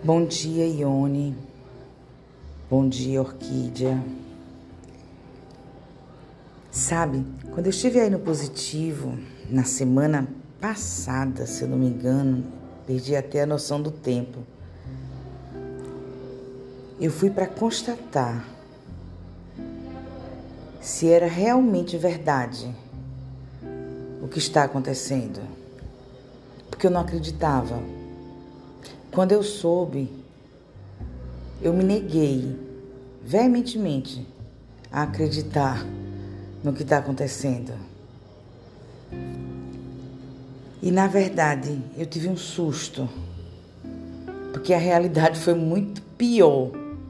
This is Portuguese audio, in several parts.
Bom dia, Ione. Bom dia, Orquídea. Sabe, quando eu estive aí no Positivo, na semana passada, se eu não me engano, perdi até a noção do tempo. Eu fui para constatar se era realmente verdade o que está acontecendo, porque eu não acreditava. Quando eu soube, eu me neguei veementemente a acreditar no que está acontecendo. E, na verdade, eu tive um susto, porque a realidade foi muito pior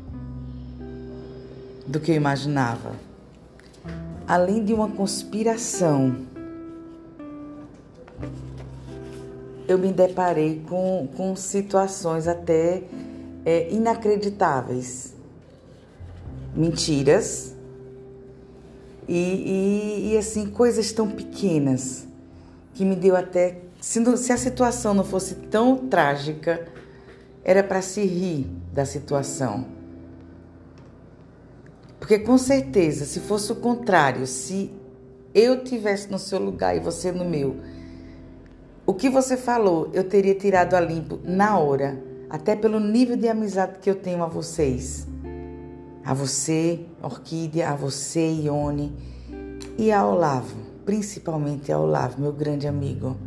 do que eu imaginava. Além de uma conspiração, eu me deparei com situações até inacreditáveis. Mentiras e assim, coisas tão pequenas que me deu até... Se a situação não fosse tão trágica, era para se rir da situação. Porque com certeza, se fosse o contrário, se eu tivesse no seu lugar e você no meu, o que você falou, eu teria tirado a limpo na hora, até pelo nível de amizade que eu tenho a vocês. A você, Orquídea, a você, Ione, e a Olavo, principalmente a Olavo, meu grande amigo.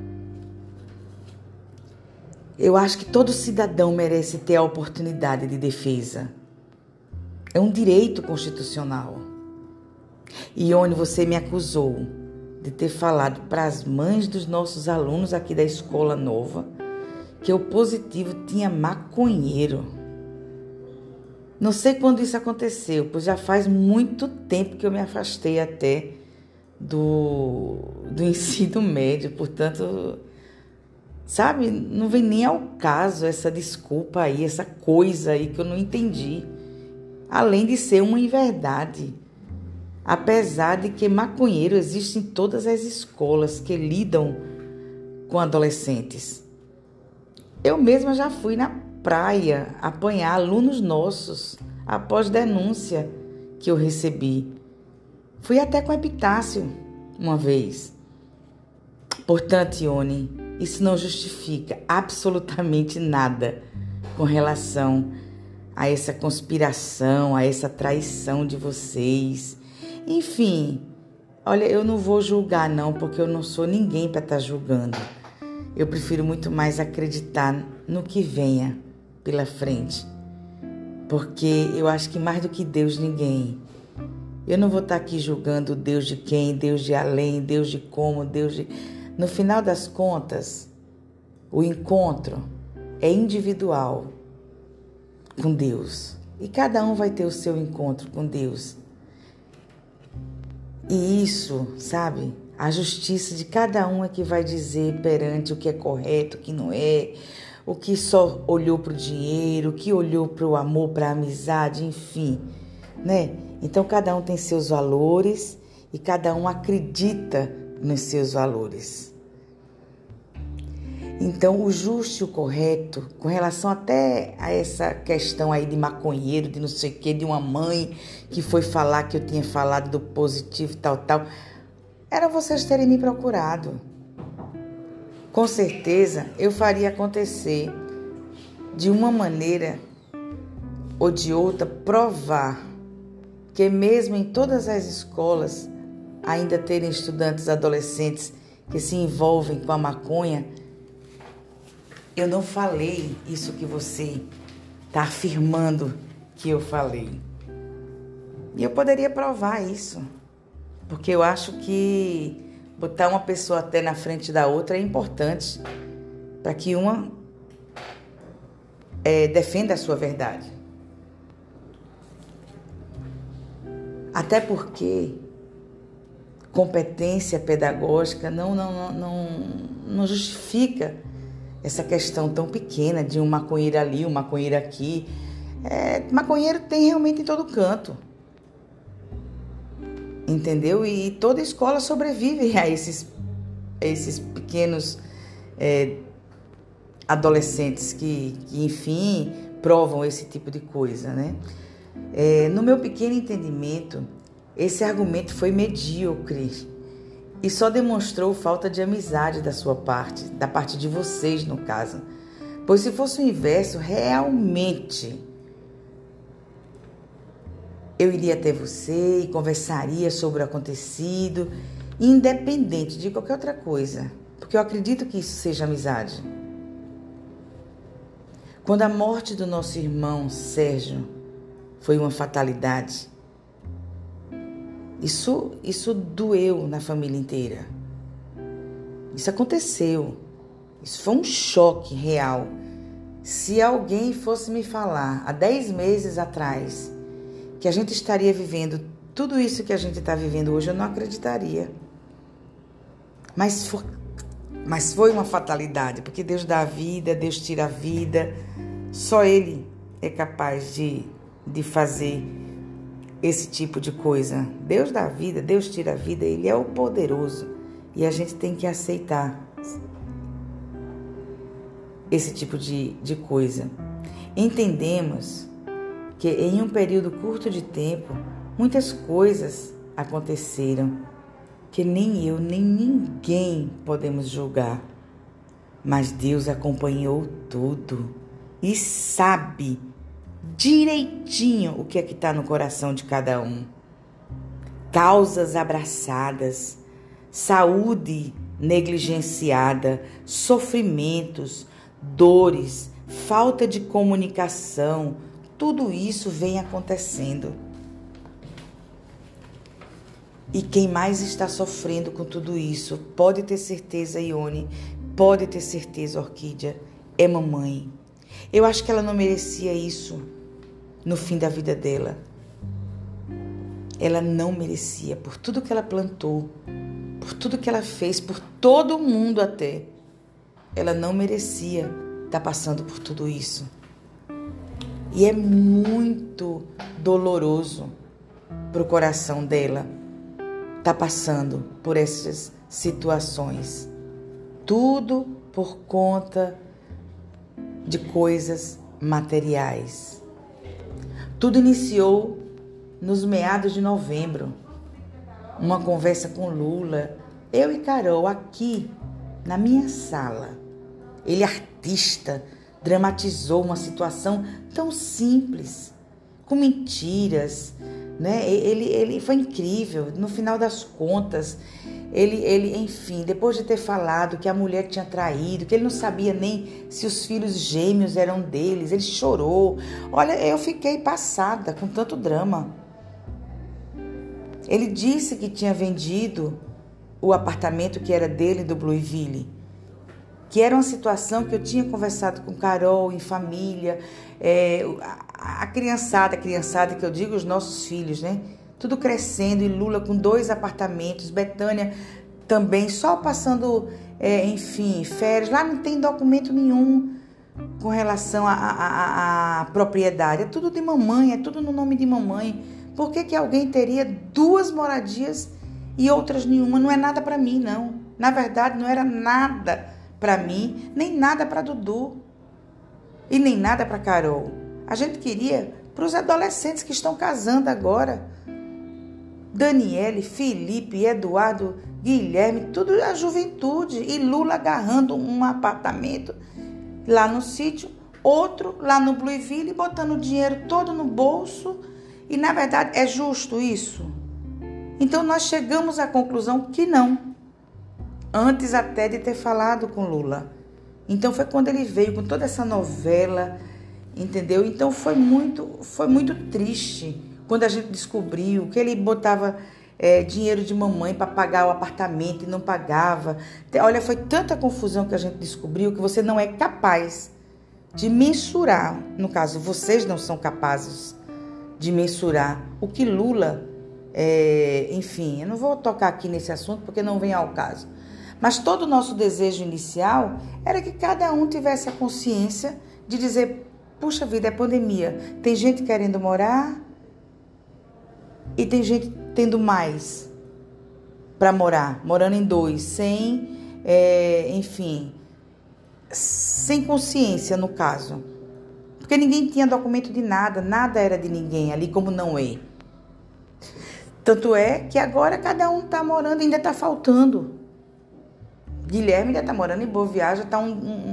Eu acho que todo cidadão merece ter a oportunidade de defesa. É um direito constitucional. Ione, você me acusou de ter falado para as mães dos nossos alunos aqui da escola nova que o Positivo tinha maconheiro. Não sei quando isso aconteceu, pois já faz muito tempo que eu me afastei até do ensino médio, portanto, sabe, não vem nem ao caso essa desculpa aí, essa coisa aí que eu não entendi. Além de ser uma inverdade. Apesar de que maconheiro existe em todas as escolas que lidam com adolescentes. Eu mesma já fui na praia apanhar alunos nossos após denúncia que eu recebi. Fui até com Epitácio uma vez. Portanto, Ione, isso não justifica absolutamente nada com relação a essa conspiração, a essa traição de vocês. Enfim, olha, eu não vou julgar não, porque eu não sou ninguém para estar julgando. Eu prefiro muito mais acreditar no que venha pela frente, porque eu acho que mais do que Deus, ninguém. Eu não vou estar aqui julgando Deus de quem, Deus de além, Deus de como, Deus de... No final das contas, o encontro é individual com Deus. E cada um vai ter o seu encontro com Deus. E isso, sabe, a justiça de cada um é que vai dizer perante o que é correto, o que não é, o que só olhou para o dinheiro, o que olhou para o amor, para a amizade, enfim, né? Então, cada um tem seus valores e cada um acredita nos seus valores. Então, o justo e o correto, com relação até a essa questão aí de maconheiro, de não sei o quê, de uma mãe que foi falar que eu tinha falado do Positivo, tal, era vocês terem me procurado. Com certeza, eu faria acontecer de uma maneira ou de outra, provar que mesmo em todas as escolas ainda terem estudantes adolescentes que se envolvem com a maconha. Eu não falei isso que você está afirmando que eu falei. E eu poderia provar isso, porque eu acho que botar uma pessoa até na frente da outra é importante para que uma defenda a sua verdade. Até porque competência pedagógica não justifica essa questão tão pequena de um maconheiro ali, um maconheiro aqui. Maconheiro tem realmente em todo canto. Entendeu? E toda escola sobrevive a esses pequenos adolescentes que, enfim, provam esse tipo de coisa, né? No meu pequeno entendimento, esse argumento foi medíocre e só demonstrou falta de amizade da sua parte, da parte de vocês, no caso. Pois se fosse o inverso, realmente eu iria até você e conversaria sobre o acontecido, independente de qualquer outra coisa, porque eu acredito que isso seja amizade. Quando a morte do nosso irmão Sérgio foi uma fatalidade, isso doeu na família inteira. Isso aconteceu. Isso foi um choque real. Se alguém fosse me falar há 10 meses atrás que a gente estaria vivendo tudo isso que a gente está vivendo hoje, eu não acreditaria. Mas foi uma fatalidade, porque Deus dá a vida, Deus tira a vida. Só Ele é capaz de fazer esse tipo de coisa. Deus dá a vida, Deus tira a vida, Ele é o poderoso. E a gente tem que aceitar esse tipo de coisa. Entendemos que em um período curto de tempo, muitas coisas aconteceram que nem eu, nem ninguém podemos julgar. Mas Deus acompanhou tudo e sabe direitinho o que é que está no coração de cada um. Causas abraçadas, saúde negligenciada, sofrimentos, dores, falta de comunicação, tudo isso vem acontecendo. E quem mais está sofrendo com tudo isso, pode ter certeza, Ione, pode ter certeza, Orquídea, é mamãe. Eu acho que ela não merecia isso no fim da vida dela. Ela não merecia, por tudo que ela plantou, por tudo que ela fez, por todo mundo até. Ela não merecia estar passando por tudo isso. E é muito doloroso para o coração dela estar passando por essas situações. Tudo por conta de coisas materiais. Tudo iniciou nos meados de novembro. Uma conversa com Lula, eu e Carol aqui na minha sala. Ele, artista, dramatizou uma situação tão simples, com mentiras, né? Ele foi incrível. No final das contas, ele, enfim, depois de ter falado que a mulher tinha traído, que ele não sabia nem se os filhos gêmeos eram deles, ele chorou. Olha, eu fiquei passada com tanto drama. Ele disse que tinha vendido o apartamento que era dele do Blueville, que era uma situação que eu tinha conversado com Carol, em família, a criançada que eu digo, os nossos filhos, né? Tudo crescendo, e Lula com 2 apartamentos, Betânia também, só passando, enfim, férias. Lá não tem documento nenhum com relação à propriedade. É tudo de mamãe, é tudo no nome de mamãe. Por que alguém teria 2 moradias e outras nenhuma? Não é nada para mim, não. Na verdade, não era nada para mim, nem nada para Dudu e nem nada para Carol. A gente queria para os adolescentes que estão casando agora. Daniele, Felipe, Eduardo, Guilherme, tudo a juventude. E Lula agarrando um apartamento lá no sítio, outro lá no Blueville, botando o dinheiro todo no bolso. E, na verdade, é justo isso? Então, nós chegamos à conclusão que não. Antes até de ter falado com Lula. Então, foi quando ele veio com toda essa novela, entendeu? Então, foi muito triste quando a gente descobriu que ele botava dinheiro de mamãe para pagar o apartamento e não pagava. Olha, foi tanta confusão que a gente descobriu que você não é capaz de mensurar. No caso, vocês não são capazes de mensurar o que Lula, enfim, eu não vou tocar aqui nesse assunto porque não vem ao caso. Mas todo o nosso desejo inicial era que cada um tivesse a consciência de dizer, puxa vida, é pandemia. Tem gente querendo morar e tem gente tendo mais para morar, morando em 2, sem, enfim, sem consciência no caso. Porque ninguém tinha documento de nada, nada era de ninguém ali, como não é. Tanto é que agora cada um está morando, ainda está faltando. Guilherme ainda está morando em Boa Viagem, está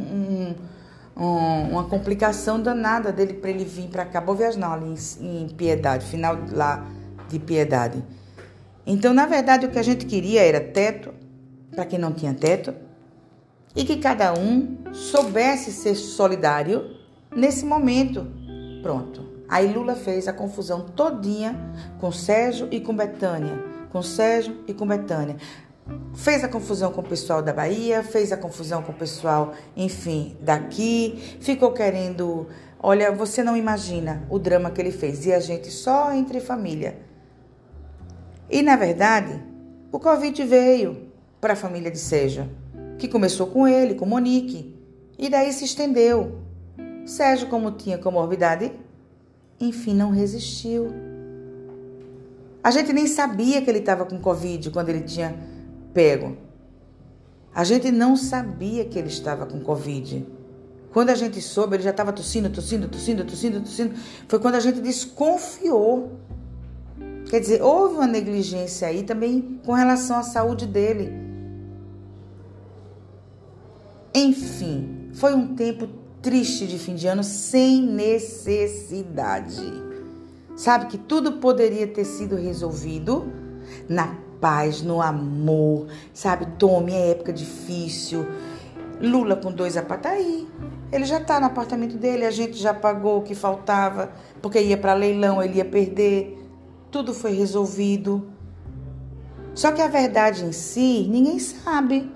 uma complicação danada dele para ele vir para cá. Boa Viagem não, ali em Piedade, final lá de Piedade. Então, na verdade, o que a gente queria era teto, para quem não tinha teto, e que cada um soubesse ser solidário nesse momento. Pronto. Aí Lula fez a confusão todinha com Sérgio e com Bethânia. Com Sérgio e com Bethânia. Fez a confusão com o pessoal da Bahia, fez a confusão com o pessoal, enfim, daqui. Ficou querendo... Olha, você não imagina o drama que ele fez. E a gente só entre família. E, na verdade, o Covid veio para a família de Sérgio, que começou com ele, com Monique, e daí se estendeu. Sérgio, como tinha comorbidade, enfim, não resistiu. A gente nem sabia que ele estava com Covid quando ele tinha pego. A gente não sabia que ele estava com Covid. Quando a gente soube, ele já estava tossindo. Foi quando a gente desconfiou. Quer dizer, houve uma negligência aí também com relação à saúde dele. Enfim, foi um tempo triste de fim de ano sem necessidade. Sabe que tudo poderia ter sido resolvido na paz, no amor. Sabe, Tome, é época difícil. Lula com 2 apartamentos, tá aí. Ele já tá no apartamento dele, a gente já pagou o que faltava, porque ia para leilão, ele ia perder. Tudo foi resolvido. Só que a verdade em si, ninguém sabe.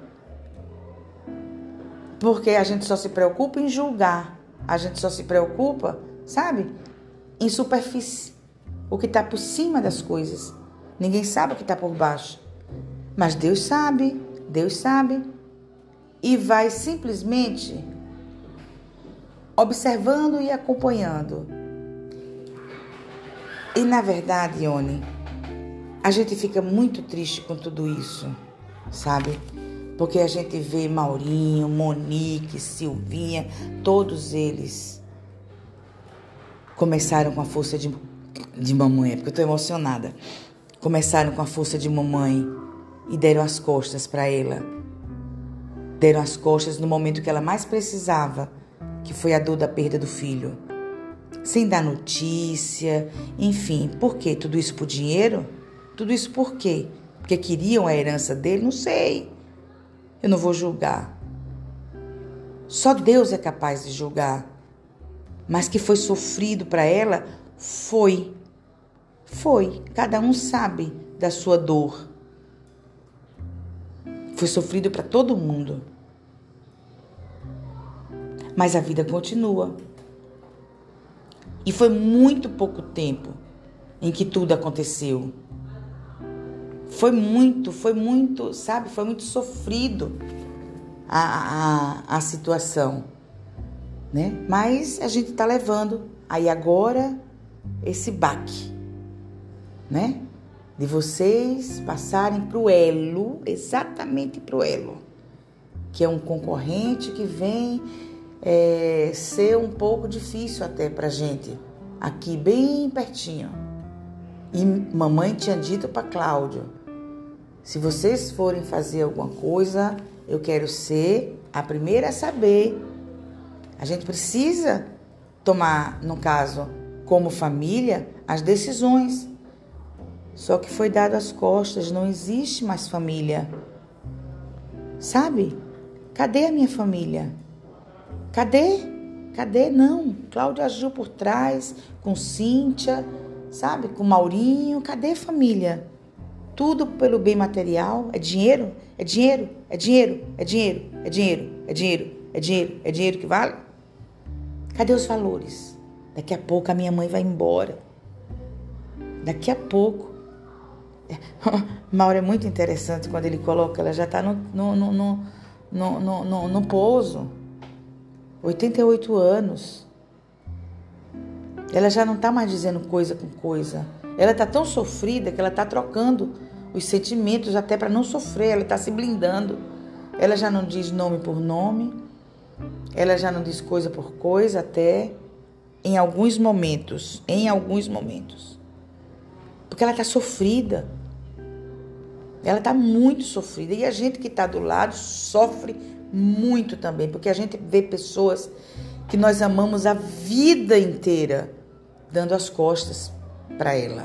Porque a gente só se preocupa em julgar. A gente só se preocupa, sabe? Em superfície. O que está por cima das coisas. Ninguém sabe o que está por baixo. Mas Deus sabe. Deus sabe. E vai simplesmente observando e acompanhando. E na verdade, Ione, a gente fica muito triste com tudo isso, sabe? Porque a gente vê Maurinho, Monique, Silvinha, todos eles começaram com a força de mamãe, porque eu tô emocionada. Começaram com a força de mamãe e deram as costas para ela. Deram as costas no momento que ela mais precisava, que foi a dor da perda do filho. Sem dar notícia, enfim. Por quê? Tudo isso por dinheiro? Tudo isso por quê? Porque queriam a herança dele? Não sei. Eu não vou julgar. Só Deus é capaz de julgar. Mas que foi sofrido para ela, foi. Foi. Cada um sabe da sua dor. Foi sofrido para todo mundo. Mas a vida continua. E foi muito pouco tempo em que tudo aconteceu. Foi muito, sabe? Foi muito sofrido a situação, né? Mas a gente tá levando aí agora esse baque, né? De vocês passarem pro elo, exatamente pro elo, que é um concorrente que vem ser um pouco difícil até pra gente, aqui bem pertinho. E mamãe tinha dito para Cláudio, se vocês forem fazer alguma coisa, eu quero ser a primeira a saber. A gente precisa tomar, no caso, como família, as decisões. Só que foi dado às costas, não existe mais família. Sabe? Cadê a minha família? Cadê? Cadê? Não. Cláudia agiu por trás, com Cíntia, sabe? Com Maurinho. Cadê família? Tudo pelo bem material. É dinheiro? É dinheiro? É dinheiro? É dinheiro? É dinheiro? É dinheiro? É dinheiro? É dinheiro que vale? Cadê os valores? Daqui a pouco a minha mãe vai embora. Daqui a pouco. Mauro é muito interessante quando ele coloca, ela já está no pouso. 88 anos. Ela já não está mais dizendo coisa com coisa. Ela está tão sofrida que ela está trocando os sentimentos até para não sofrer. Ela está se blindando. Ela já não diz nome por nome. Ela já não diz coisa por coisa até em alguns momentos. Porque ela está sofrida. Ela está muito sofrida. E a gente que está do lado sofre muito também. Porque a gente vê pessoas que nós amamos a vida inteira dando as costas para ela.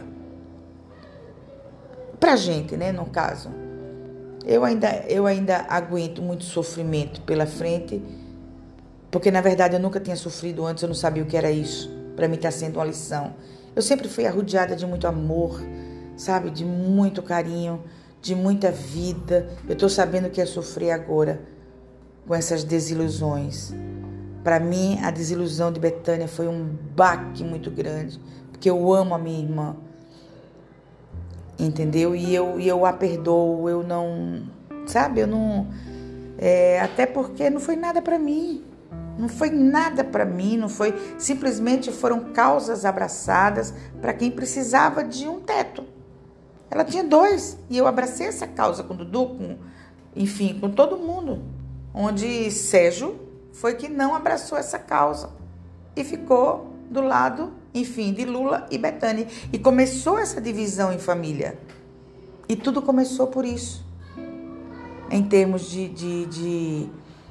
Pra gente, né, no caso. Eu ainda aguento muito sofrimento pela frente, porque na verdade eu nunca tinha sofrido antes, eu não sabia o que era isso. Para mim está sendo uma lição. Eu sempre fui arrodeada de muito amor, sabe, de muito carinho, de muita vida. Eu estou sabendo o que é sofrer agora com essas desilusões. Para mim, a desilusão de Bethânia foi um baque muito grande, porque eu amo a minha irmã. Entendeu? E eu a perdoo, eu não... Sabe? Eu não... até porque não foi nada para mim. Não foi nada para mim, não foi... Simplesmente foram causas abraçadas para quem precisava de um teto. Ela tinha 2. E eu abracei essa causa com o Dudu, com todo mundo. Onde Sérgio foi que não abraçou essa causa. E ficou do lado, de Lula e Bethânia. E começou essa divisão em família. E tudo começou por isso. Em termos de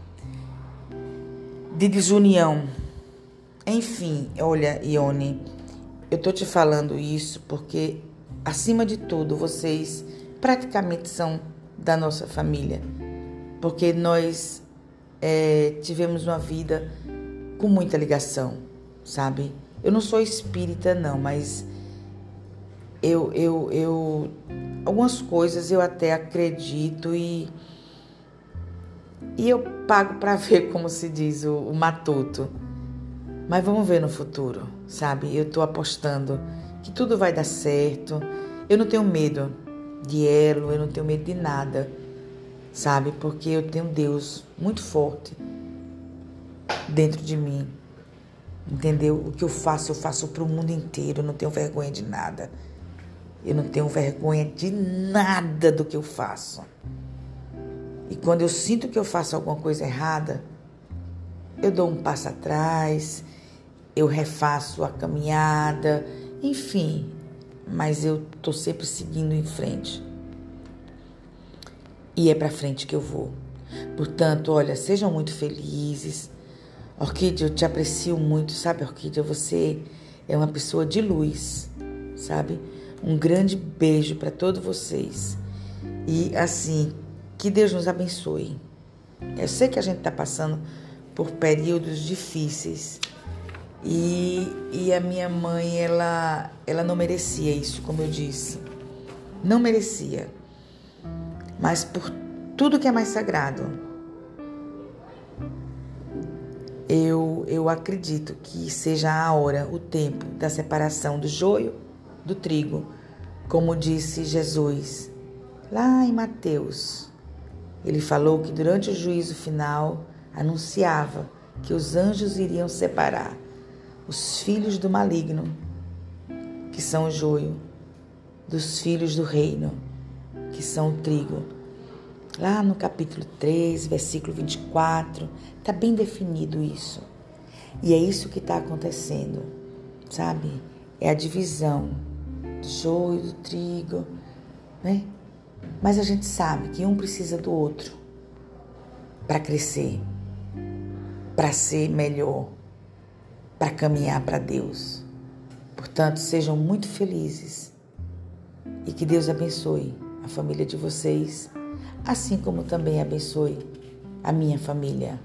desunião. Enfim, olha, Ione, eu tô te falando isso porque, acima de tudo, vocês praticamente são da nossa família. Porque nós tivemos uma vida com muita ligação, sabe? Eu não sou espírita, não, mas algumas coisas eu até acredito e eu pago para ver, como se diz, o matuto. Mas vamos ver no futuro, sabe? Eu tô apostando que tudo vai dar certo. Eu não tenho medo de elo, eu não tenho medo de nada, sabe? Porque eu tenho Deus muito forte dentro de mim. Entendeu? O que eu faço pro mundo inteiro. Eu não tenho vergonha de nada. Eu não tenho vergonha de nada do que eu faço. E quando eu sinto que eu faço alguma coisa errada, eu dou um passo atrás, eu refaço a caminhada, enfim. Mas eu tô sempre seguindo em frente. E é pra frente que eu vou. Portanto, olha, sejam muito felizes. Orquídea, eu te aprecio muito, sabe, Orquídea? Você é uma pessoa de luz, sabe? Um grande beijo para todos vocês. E, assim, que Deus nos abençoe. Eu sei que a gente está passando por períodos difíceis. E a minha mãe, ela não merecia isso, como eu disse. Não merecia. Mas por tudo que é mais sagrado, eu acredito que seja a hora, o tempo da separação do joio do trigo, como disse Jesus lá em Mateus. Ele falou que durante o juízo final anunciava que os anjos iriam separar os filhos do maligno, que são o joio, dos filhos do reino, que são o trigo. Lá no capítulo 3, versículo 24, está bem definido isso. E é isso que está acontecendo, sabe? É a divisão do joio, do trigo, né? Mas a gente sabe que um precisa do outro para crescer, para ser melhor, para caminhar para Deus. Portanto, sejam muito felizes e que Deus abençoe a família de vocês, assim como também abençoe a minha família.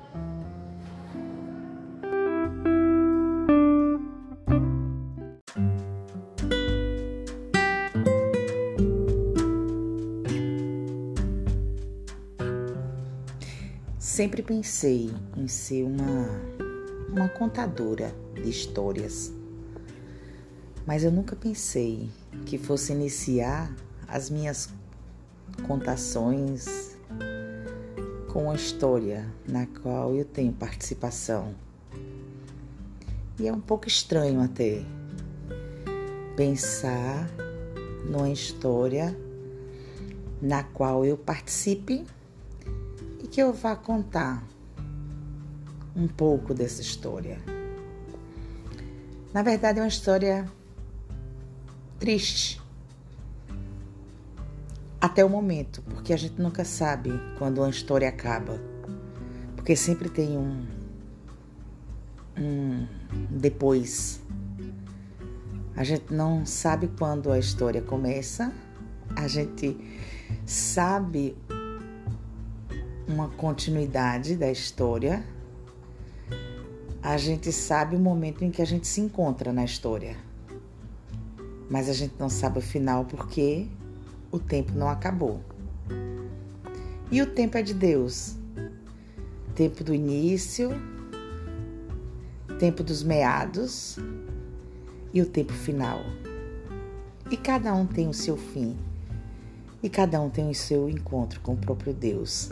Sempre pensei em ser uma contadora de histórias, mas eu nunca pensei que fosse iniciar as minhas contações com uma história na qual eu tenho participação. E é um pouco estranho até pensar numa história na qual eu participe e que eu vá contar um pouco dessa história. Na verdade, é uma história triste. Até o momento, porque a gente nunca sabe quando uma história acaba. Porque sempre tem um depois. A gente não sabe quando a história começa, a gente sabe uma continuidade da história, a gente sabe o momento em que a gente se encontra na história, mas a gente não sabe o final porque o tempo não acabou. E o tempo é de Deus. Tempo do início, tempo dos meados e o tempo final. E cada um tem o seu fim. E cada um tem o seu encontro com o próprio Deus.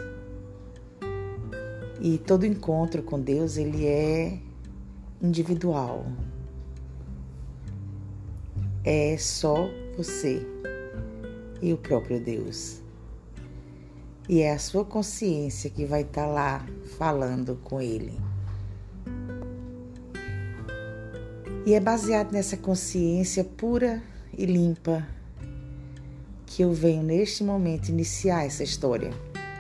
E todo encontro com Deus, ele é individual. É só você e o próprio Deus. E é a sua consciência que vai estar lá falando com Ele. E é baseado nessa consciência pura e limpa que eu venho neste momento iniciar essa história.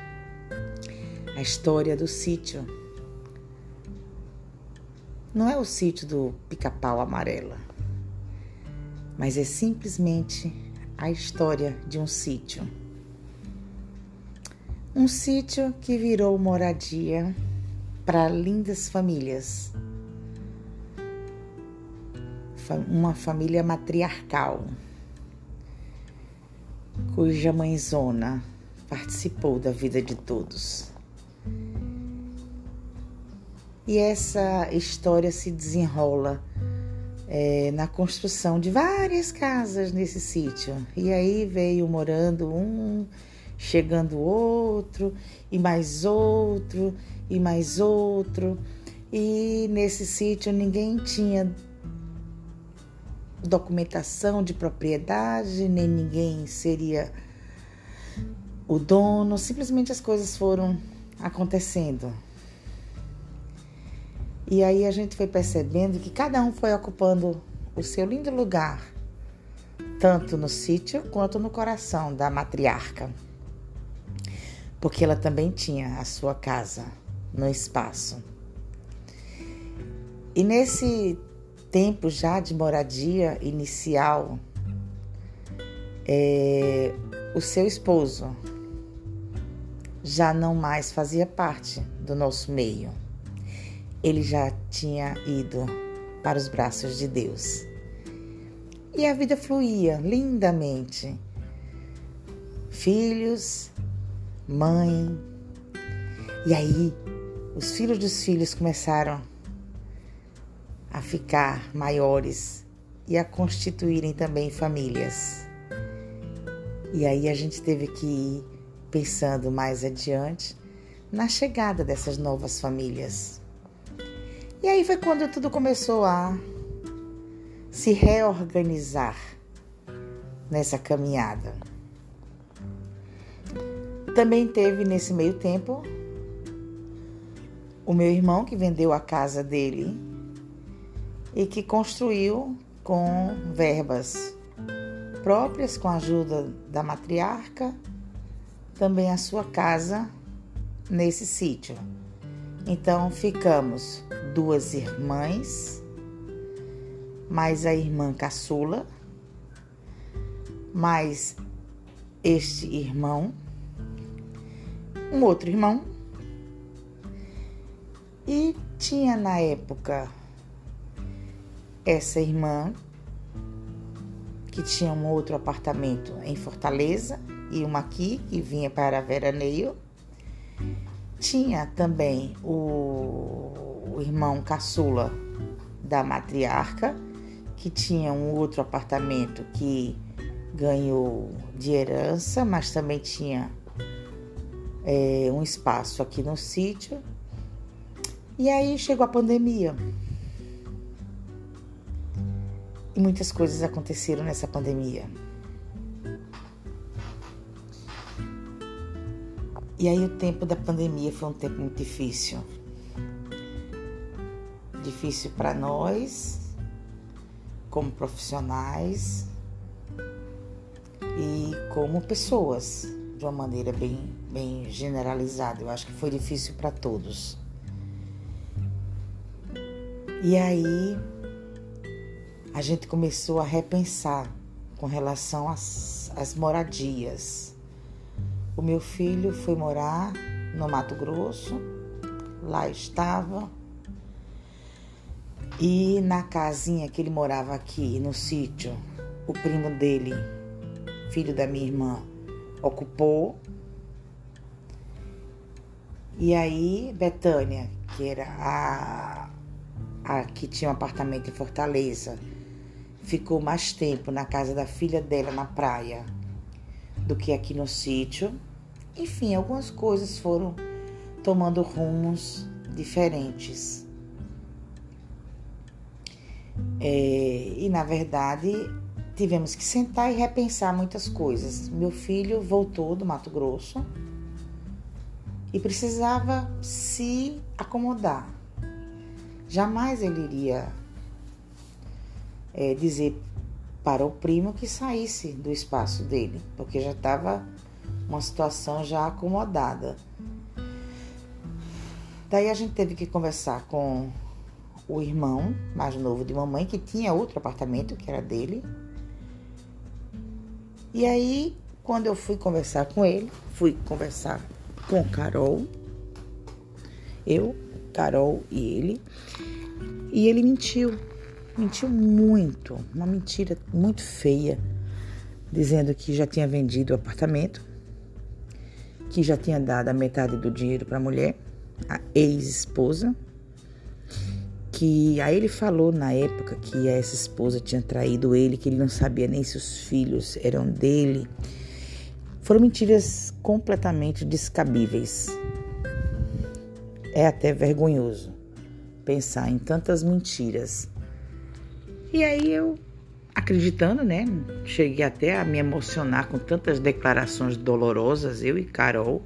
A história do sítio. Não é o sítio do Pica-Pau Amarelo, mas é simplesmente a história de um sítio. Um sítio que virou moradia para lindas famílias. Uma família matriarcal, cuja mãezona participou da vida de todos. E essa história se desenrola na construção de várias casas nesse sítio. E aí veio morando um, chegando outro, e mais outro, e mais outro. E nesse sítio ninguém tinha documentação de propriedade, nem ninguém seria o dono, simplesmente as coisas foram acontecendo. E aí a gente foi percebendo que cada um foi ocupando o seu lindo lugar, tanto no sítio quanto no coração da matriarca, porque ela também tinha a sua casa no espaço. E nesse tempo já de moradia inicial, o seu esposo já não mais fazia parte do nosso meio. Ele já tinha ido para os braços de Deus. E a vida fluía lindamente. Filhos, mãe. E aí, os filhos dos filhos começaram a ficar maiores e a constituírem também famílias. E aí a gente teve que ir pensando mais adiante na chegada dessas novas famílias. E aí foi quando tudo começou a se reorganizar nessa caminhada. Também teve nesse meio tempo o meu irmão que vendeu a casa dele e que construiu com verbas próprias, com a ajuda da matriarca, também a sua casa nesse sítio. Então ficamos 2 irmãs, mais a irmã caçula, mais este irmão, um outro irmão, e tinha na época essa irmã que tinha um outro apartamento em Fortaleza e uma aqui que vinha para veraneio. Tinha também o irmão caçula da matriarca, que tinha um outro apartamento que ganhou de herança, mas também tinha um espaço aqui no sítio. E aí chegou a pandemia. E muitas coisas aconteceram nessa pandemia. E aí o tempo da pandemia foi um tempo muito difícil. difícil para nós, como profissionais e como pessoas, de uma maneira bem generalizada. Eu acho que foi difícil para todos. E aí a gente começou a repensar com relação às moradias. O meu filho foi morar no Mato Grosso, lá estava, e na casinha que ele morava aqui no sítio, o primo dele, filho da minha irmã, ocupou. E aí Betânia, que era a que tinha um apartamento em Fortaleza, ficou mais tempo na casa da filha dela na praia do que aqui no sítio. Enfim, algumas coisas foram tomando rumos diferentes. E na verdade tivemos que sentar e repensar muitas coisas. Meu filho voltou do Mato Grosso e precisava se acomodar. Jamais ele iria dizer para o primo que saísse do espaço dele, porque já estava uma situação já acomodada. Daí a gente teve que conversar com o irmão mais novo de mamãe, que tinha outro apartamento, que era dele. E aí, quando eu fui conversar com ele, fui conversar com Carol, eu, Carol e ele mentiu muito, uma mentira muito feia, dizendo que já tinha vendido o apartamento, que já tinha dado a metade do dinheiro para a mulher, a ex-esposa, que aí ele falou na época que essa esposa tinha traído ele, que ele não sabia nem se os filhos eram dele. Foram mentiras completamente descabíveis. É até vergonhoso pensar em tantas mentiras. E aí eu, acreditando, né, cheguei até a me emocionar com tantas declarações dolorosas, eu e Carol,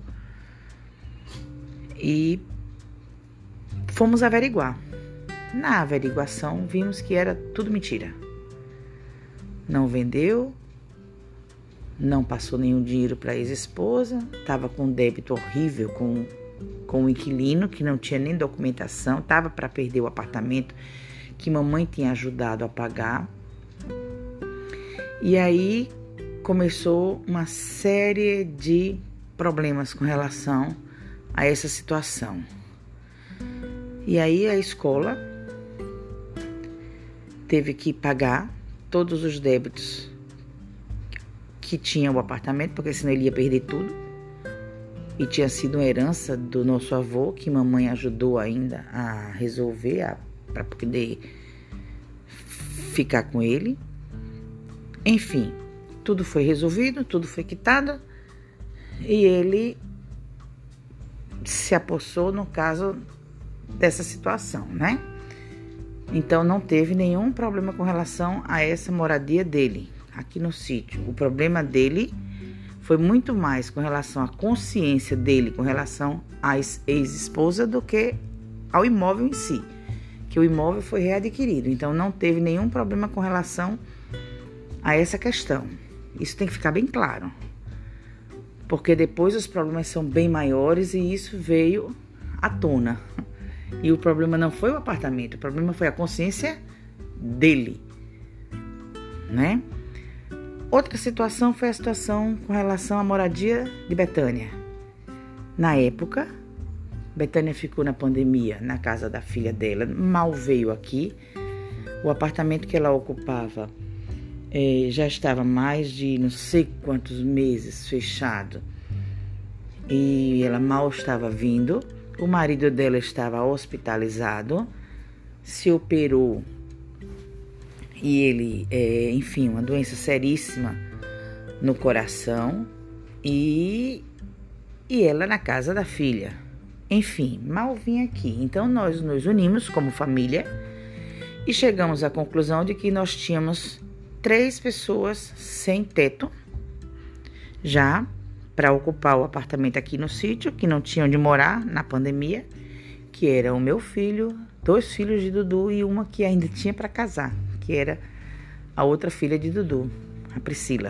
e fomos averiguar. Na averiguação, vimos que era tudo mentira. Não vendeu, não passou nenhum dinheiro para a ex-esposa, estava com um débito horrível com o inquilino, que não tinha nem documentação, estava para perder o apartamento que mamãe tinha ajudado a pagar. E aí começou uma série de problemas com relação a essa situação. E aí a escola teve que pagar todos os débitos que tinha o apartamento, porque senão ele ia perder tudo. E tinha sido uma herança do nosso avô, que mamãe ajudou ainda a resolver, para poder ficar com ele. Enfim, tudo foi resolvido, tudo foi quitado. E ele se apossou, no caso dessa situação, né? Então não teve nenhum problema com relação a essa moradia dele aqui no sítio. O problema dele foi muito mais com relação à consciência dele, com relação à ex-esposa, do que ao imóvel em si, que o imóvel foi readquirido. Então não teve nenhum problema com relação a essa questão. Isso tem que ficar bem claro, porque depois os problemas são bem maiores e isso veio à tona. E o problema não foi o apartamento, o problema foi a consciência dele, né? Outra situação foi a situação com relação à moradia de Betânia. Na época, Betânia ficou na pandemia na casa da filha dela, mal veio aqui. O apartamento que ela ocupava já estava mais de não sei quantos meses fechado. E ela mal estava vindo. O marido dela estava hospitalizado, se operou e ele, enfim, uma doença seríssima no coração e ela na casa da filha. Enfim, mal vinha aqui. Então nós nos unimos como família e chegamos à conclusão de que nós tínhamos 3 pessoas sem teto já para ocupar o apartamento aqui no sítio, que não tinham onde morar na pandemia, que era o meu filho, 2 filhos de Dudu e uma que ainda tinha para casar, que era a outra filha de Dudu, a Priscila.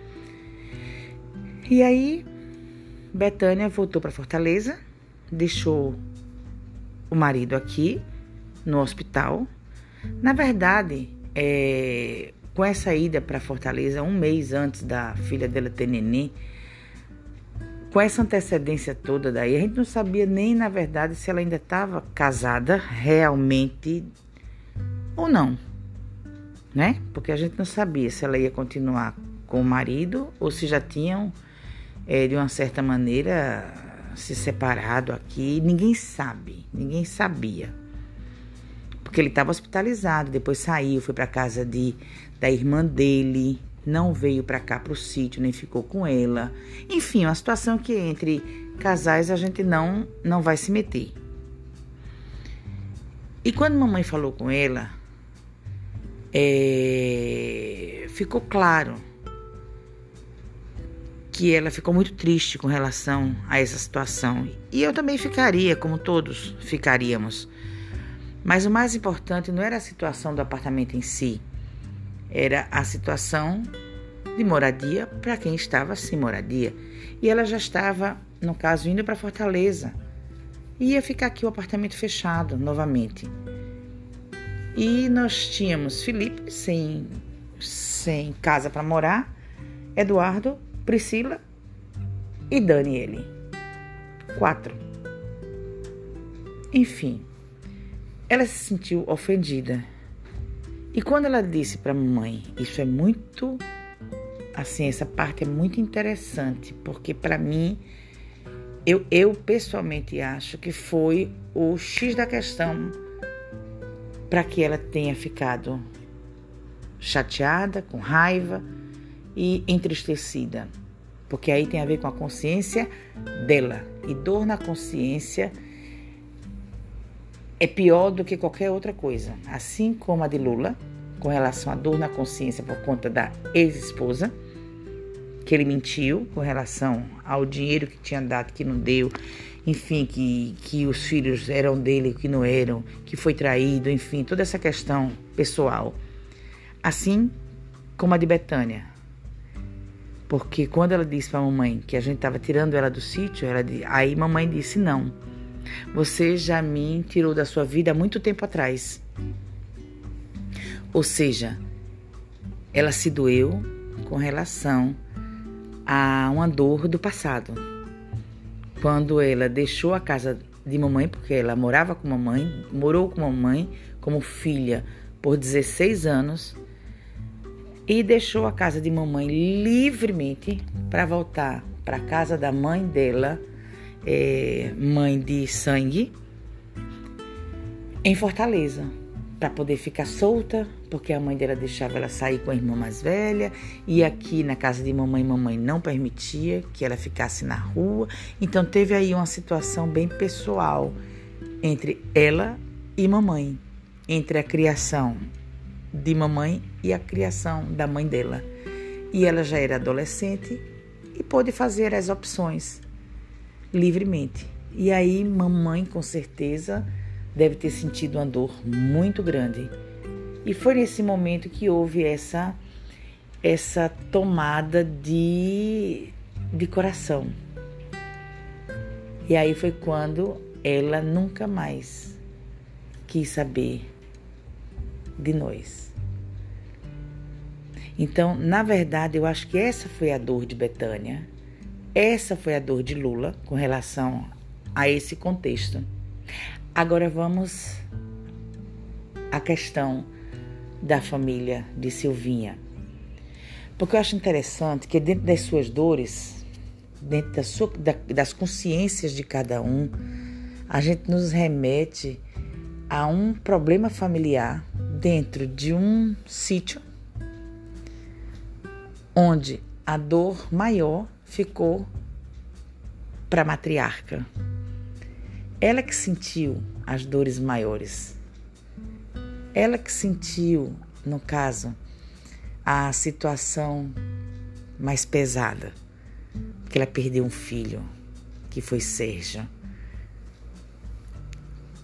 E aí, Bethânia voltou para Fortaleza, deixou o marido aqui no hospital. Na verdade, com essa ida para Fortaleza, 1 mês antes da filha dela ter neném, com essa antecedência toda daí, a gente não sabia nem, na verdade, se ela ainda estava casada realmente ou não, né? Porque a gente não sabia se ela ia continuar com o marido ou se já tinham, de uma certa maneira, se separado aqui. Ninguém sabe, ninguém sabia. Porque ele estava hospitalizado, depois saiu, foi para casa da irmã dele, não veio para cá, para o sítio, nem ficou com ela. Enfim, uma situação que entre casais a gente não vai se meter. E quando mamãe falou com ela, ficou claro que ela ficou muito triste com relação a essa situação. E eu também ficaria, como todos ficaríamos. Mas o mais importante não era a situação do apartamento em si, era a situação de moradia para quem estava sem moradia. E ela já estava, no caso, indo para Fortaleza. E ia ficar aqui o apartamento fechado novamente. E nós tínhamos Felipe sem casa para morar, Eduardo, Priscila e Daniele. 4. Enfim, ela se sentiu ofendida. E quando ela disse para a mamãe, isso é muito, assim, essa parte é muito interessante, porque para mim, eu pessoalmente acho que foi o X da questão para que ela tenha ficado chateada, com raiva e entristecida. Porque aí tem a ver com a consciência dela. E dor na consciência é pior do que qualquer outra coisa. Assim como a de Lula, com relação à dor na consciência por conta da ex-esposa, que ele mentiu com relação ao dinheiro que tinha dado, que não deu, enfim, que os filhos eram dele, que não eram, que foi traído, enfim, toda essa questão pessoal. Assim como a de Bethânia. Porque quando ela disse para a mamãe que a gente estava tirando ela do sítio, aí mamãe disse, não, você já me tirou da sua vida há muito tempo atrás. Ou seja, ela se doeu com relação a uma dor do passado. Quando ela deixou a casa de mamãe, porque ela morava com mamãe, morou com mamãe como filha por 16 anos, e deixou a casa de mamãe livremente para voltar para a casa da mãe dela, mãe de sangue, em Fortaleza, para poder ficar solta, porque a mãe dela deixava ela sair com a irmã mais velha, e aqui na casa de mamãe não permitia que ela ficasse na rua. Então teve aí uma situação bem pessoal entre ela e mamãe, entre a criação de mamãe e a criação da mãe dela. E ela já era adolescente e pôde fazer as opções livremente. E aí mamãe, com certeza, deve ter sentido uma dor muito grande. E foi nesse momento que houve essa tomada de coração. E aí foi quando ela nunca mais quis saber de nós. Então, na verdade, eu acho que essa foi a dor de Bethânia, essa foi a dor de Lula com relação a esse contexto. Agora vamos à questão da família de Silvinha. Porque eu acho interessante que dentro das suas dores, dentro das consciências de cada um, a gente nos remete a um problema familiar dentro de um sítio onde a dor maior ficou para a matriarca. Ela que sentiu as dores maiores. Ela que sentiu, no caso, a situação mais pesada. Porque ela perdeu um filho, que foi Sérgio.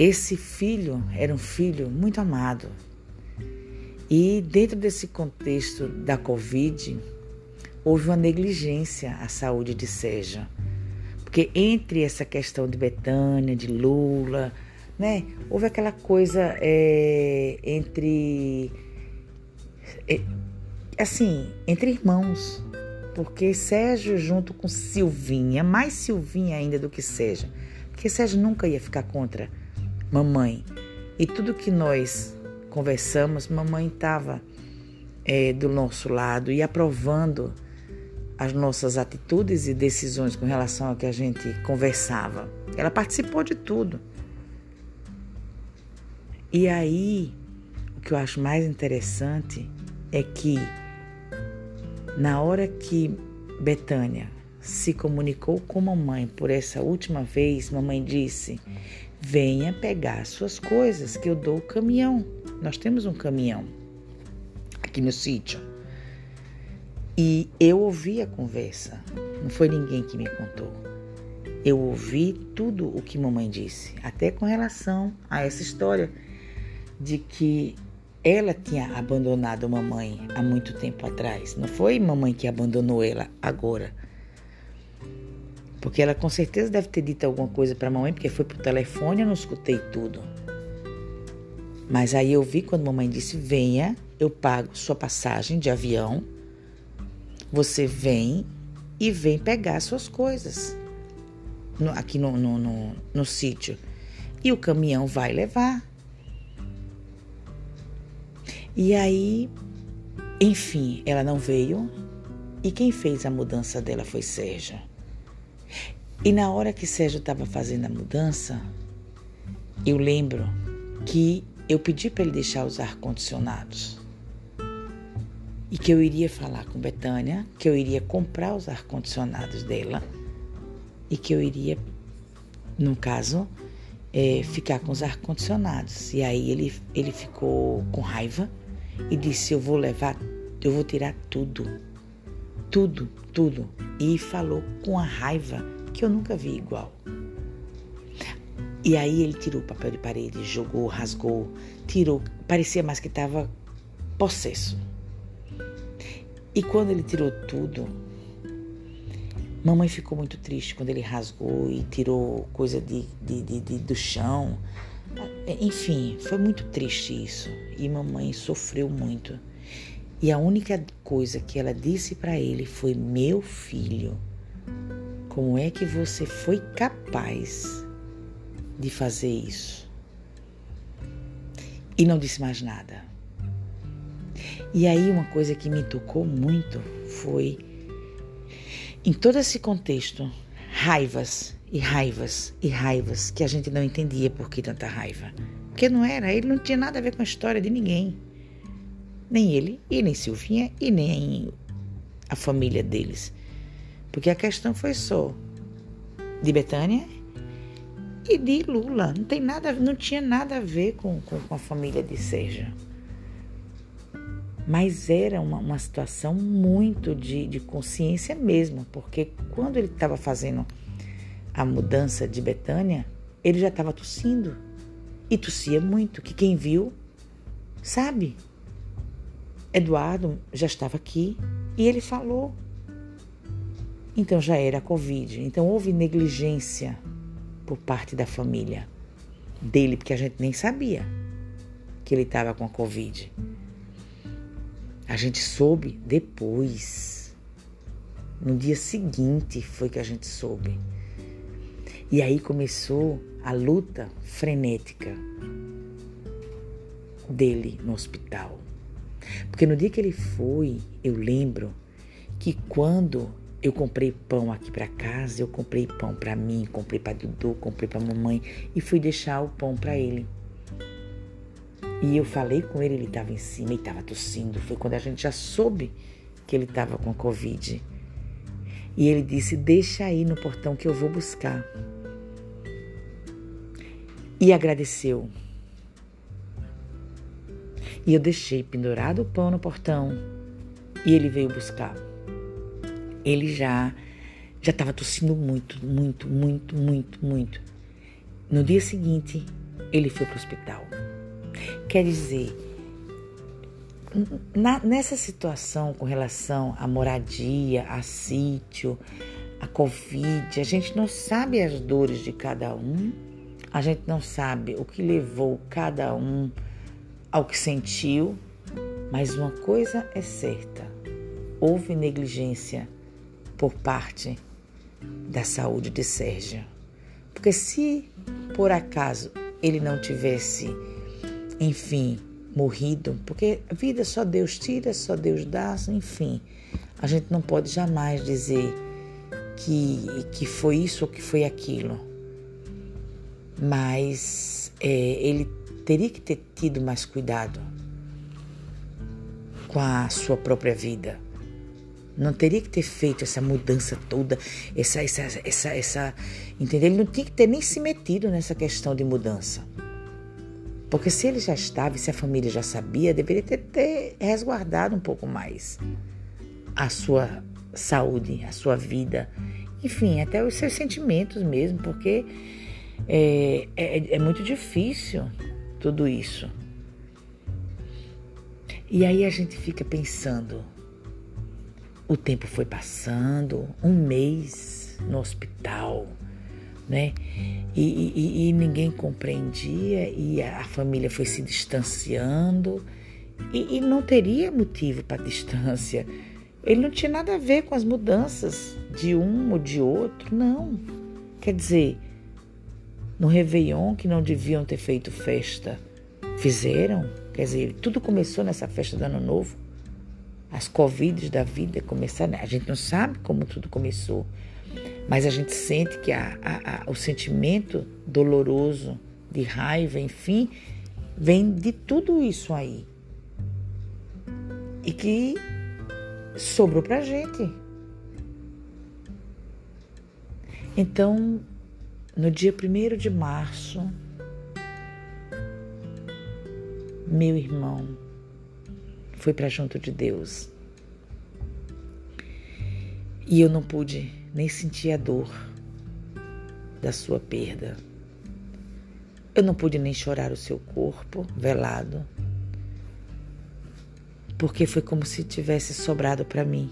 esse filho era um filho muito amado. E dentro desse contexto da Covid, houve uma negligência à saúde de Sérgio. Porque entre essa questão de Bethânia, de Lula, né, houve aquela coisa entre irmãos. Porque Sérgio junto com Silvinha, mais Silvinha ainda do que Sérgio, porque Sérgio nunca ia ficar contra mamãe. E tudo que nós conversamos, mamãe estava do nosso lado e aprovando as nossas atitudes e decisões com relação ao que a gente conversava. Ela participou de tudo. E aí, o que eu acho mais interessante é que na hora que Bethânia se comunicou com mamãe por essa última vez, mamãe disse: venha pegar suas coisas que eu dou o caminhão. Nós temos um caminhão aqui no sítio. E eu ouvi a conversa, não foi ninguém que me contou. Eu ouvi tudo o que mamãe disse, até com relação a essa história de que ela tinha abandonado mamãe há muito tempo atrás. Não foi mamãe que abandonou ela agora. Porque ela com certeza deve ter dito alguma coisa para mamãe, porque foi por telefone, eu não escutei tudo. Mas aí eu vi quando mamãe disse: venha, eu pago sua passagem de avião, você vem e vem pegar suas coisas aqui no sítio. E o caminhão vai levar. E aí, enfim, ela não veio e quem fez a mudança dela foi Sérgio. E na hora que Sérgio estava fazendo a mudança, eu lembro que eu pedi para ele deixar os ar-condicionados. E que eu iria falar com Bethânia, que eu iria comprar os ar-condicionados dela e que eu iria, no caso, ficar com os ar-condicionados. E aí ele ficou com raiva e disse: eu vou tirar tudo. E falou com a raiva que eu nunca vi igual. E aí ele tirou o papel de parede, jogou, rasgou, tirou, parecia mais que estava possesso. E quando ele tirou tudo, mamãe ficou muito triste quando ele rasgou e tirou coisa do chão. Enfim, foi muito triste isso. E mamãe sofreu muito. E a única coisa que ela disse para ele foi: meu filho, como é que você foi capaz de fazer isso? E não disse mais nada. E aí uma coisa que me tocou muito foi, em todo esse contexto, raivas, que a gente não entendia por que tanta raiva. Porque ele não tinha nada a ver com a história de ninguém. Nem ele, e nem Silvinha, e nem a família deles. Porque a questão foi só de Bethânia e de Lula. Não tinha nada a ver com a família de Sérgio. Mas era uma situação muito de consciência mesmo, porque quando ele estava fazendo a mudança de Bethânia, ele já estava tossindo. E tossia muito, que quem viu sabe. Eduardo já estava aqui e ele falou. Então já era a Covid. Então houve negligência por parte da família dele, porque a gente nem sabia que ele estava com a Covid. A gente soube depois. No dia seguinte foi que a gente soube. E aí começou a luta frenética dele no hospital. Porque no dia que ele foi, eu lembro que quando eu comprei pão aqui para casa, eu comprei pão para mim, comprei para Dudu, comprei para mamãe e fui deixar o pão para ele. E eu falei com ele estava em cima, ele estava tossindo. Foi quando a gente já soube que ele estava com Covid. E ele disse: deixa aí no portão que eu vou buscar. E agradeceu. E eu deixei pendurado o pão no portão e ele veio buscar. Ele já estava tossindo muito. No dia seguinte, ele foi para o hospital. Quer dizer, nessa situação com relação à moradia, a sítio, a Covid, a gente não sabe as dores de cada um, a gente não sabe o que levou cada um ao que sentiu, mas uma coisa é certa, houve negligência por parte da saúde de Sérgio. Porque se por acaso ele não tivesse, enfim, morrido, porque a vida só Deus tira, só Deus dá, enfim, a gente não pode jamais dizer que foi isso ou que foi aquilo. Mas ele teria que ter tido mais cuidado com a sua própria vida. Não teria que ter feito essa mudança toda, entendeu? Ele não tinha que ter nem se metido nessa questão de mudança. Porque se ele já estava e se a família já sabia, deveria ter resguardado um pouco mais a sua saúde, a sua vida, enfim, até os seus sentimentos mesmo, porque é muito difícil tudo isso. E aí a gente fica pensando, o tempo foi passando, 1 mês no hospital, né? E ninguém compreendia, e a família foi se distanciando, e não teria motivo para distância. Ele não tinha nada a ver com as mudanças de um ou de outro, não. Quer dizer, no Réveillon, que não deviam ter feito festa, fizeram. Quer dizer, tudo começou nessa festa do Ano Novo. As Covids da vida começaram. A gente não sabe como tudo começou, mas a gente sente que o sentimento doloroso, de raiva, enfim, vem de tudo isso aí. E que sobrou pra gente. Então, no dia 1º de março, meu irmão foi para junto de Deus. E eu não pude nem sentir a dor da sua perda. Eu não pude nem chorar o seu corpo velado, porque foi como se tivesse sobrado para mim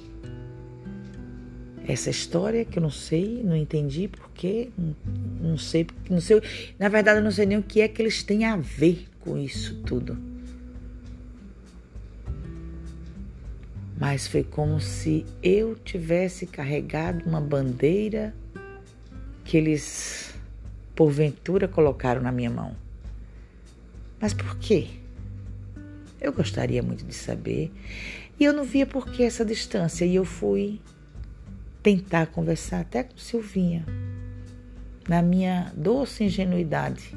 essa história que eu não sei, não entendi porque, não sei, na verdade eu não sei nem o que é que eles têm a ver com isso tudo. Mas foi como se eu tivesse carregado uma bandeira que eles, porventura, colocaram na minha mão. Mas por quê? Eu gostaria muito de saber. E eu não via por que essa distância. E eu fui tentar conversar até com Silvinha, na minha doce ingenuidade.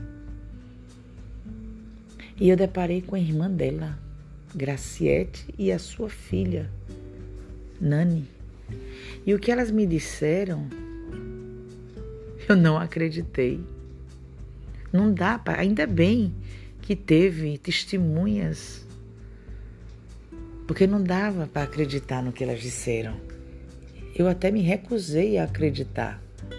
E eu deparei com a irmã dela, Graciete, e a sua filha, Nani. E o que elas me disseram, eu não acreditei. Não dá para, ainda bem que teve testemunhas, porque não dava para acreditar no que elas disseram. Eu até me recusei a acreditar.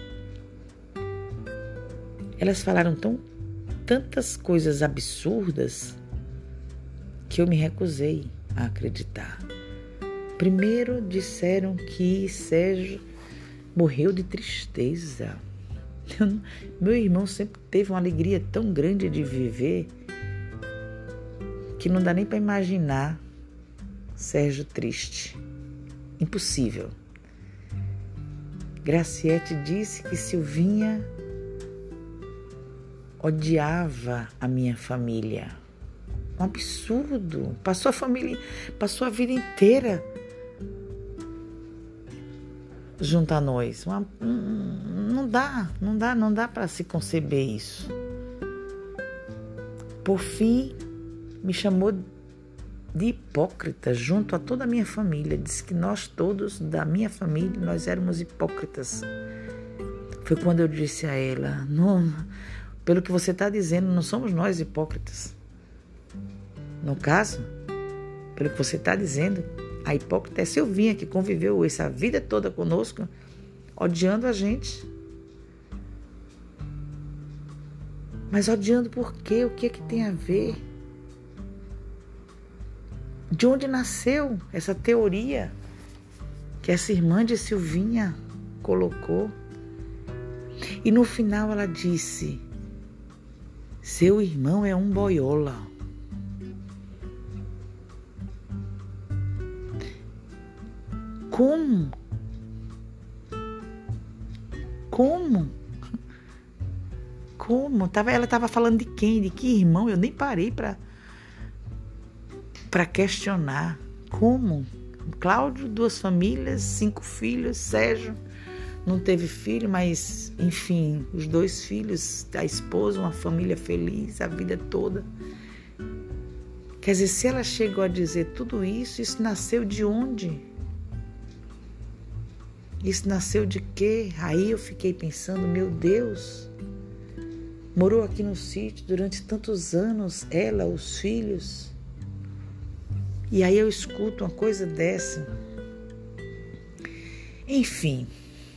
Elas falaram tantas coisas absurdas que eu me recusei a acreditar. Primeiro disseram que Sérgio morreu de tristeza. Meu irmão sempre teve uma alegria tão grande de viver que não dá nem para imaginar Sérgio triste. Impossível. Graciete disse que Silvinha odiava a minha família. Um absurdo. Passou a vida inteira junto a nós. Não dá para se conceber isso. Por fim, me chamou de hipócrita junto a toda a minha família. Disse que nós todos, da minha família, nós éramos hipócritas. Foi quando eu disse a ela, não, pelo que você está dizendo, não somos nós hipócritas. No caso, pelo que você está dizendo, a hipócrita é Silvinha, que conviveu essa vida toda conosco, odiando a gente. Mas odiando por quê? O que é que tem a ver? De onde nasceu essa teoria que essa irmã de Silvinha colocou? E no final ela disse: seu irmão é um boiola. Como? Como? Ela estava falando de quem? De que irmão? Eu nem parei para questionar. Como? Cláudio, 2 famílias, 5 filhos. Sérgio não teve filho, mas, enfim, os 2 filhos, a esposa, uma família feliz, a vida toda. Quer dizer, se ela chegou a dizer tudo isso, isso nasceu de onde? Isso nasceu de quê? Aí eu fiquei pensando, meu Deus, morou aqui no sítio durante tantos anos, ela, os filhos. E aí eu escuto uma coisa dessa. Enfim,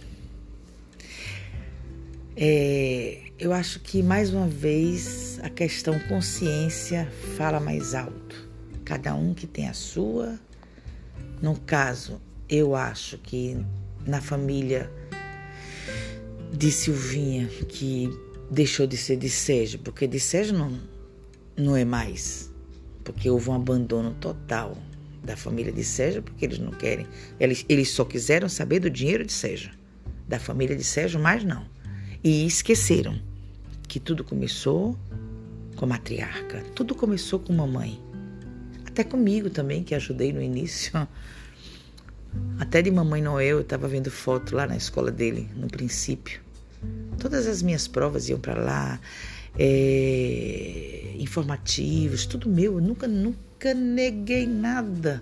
eu acho que mais uma vez a questão consciência fala mais alto. Cada um que tem a sua. No caso, eu acho que na família de Silvinha, que deixou de ser de Sérgio, porque de Sérgio não é mais, porque houve um abandono total da família de Sérgio, porque eles não querem, eles só quiseram saber do dinheiro de Sérgio, da família de Sérgio, mas não. E esqueceram que tudo começou com a matriarca, tudo começou com mamãe, até comigo também, que ajudei no início. Até de Mamãe Noel, eu estava vendo foto lá na escola dele, no princípio. Todas as minhas provas iam para lá, informativos, tudo meu. Eu nunca neguei nada.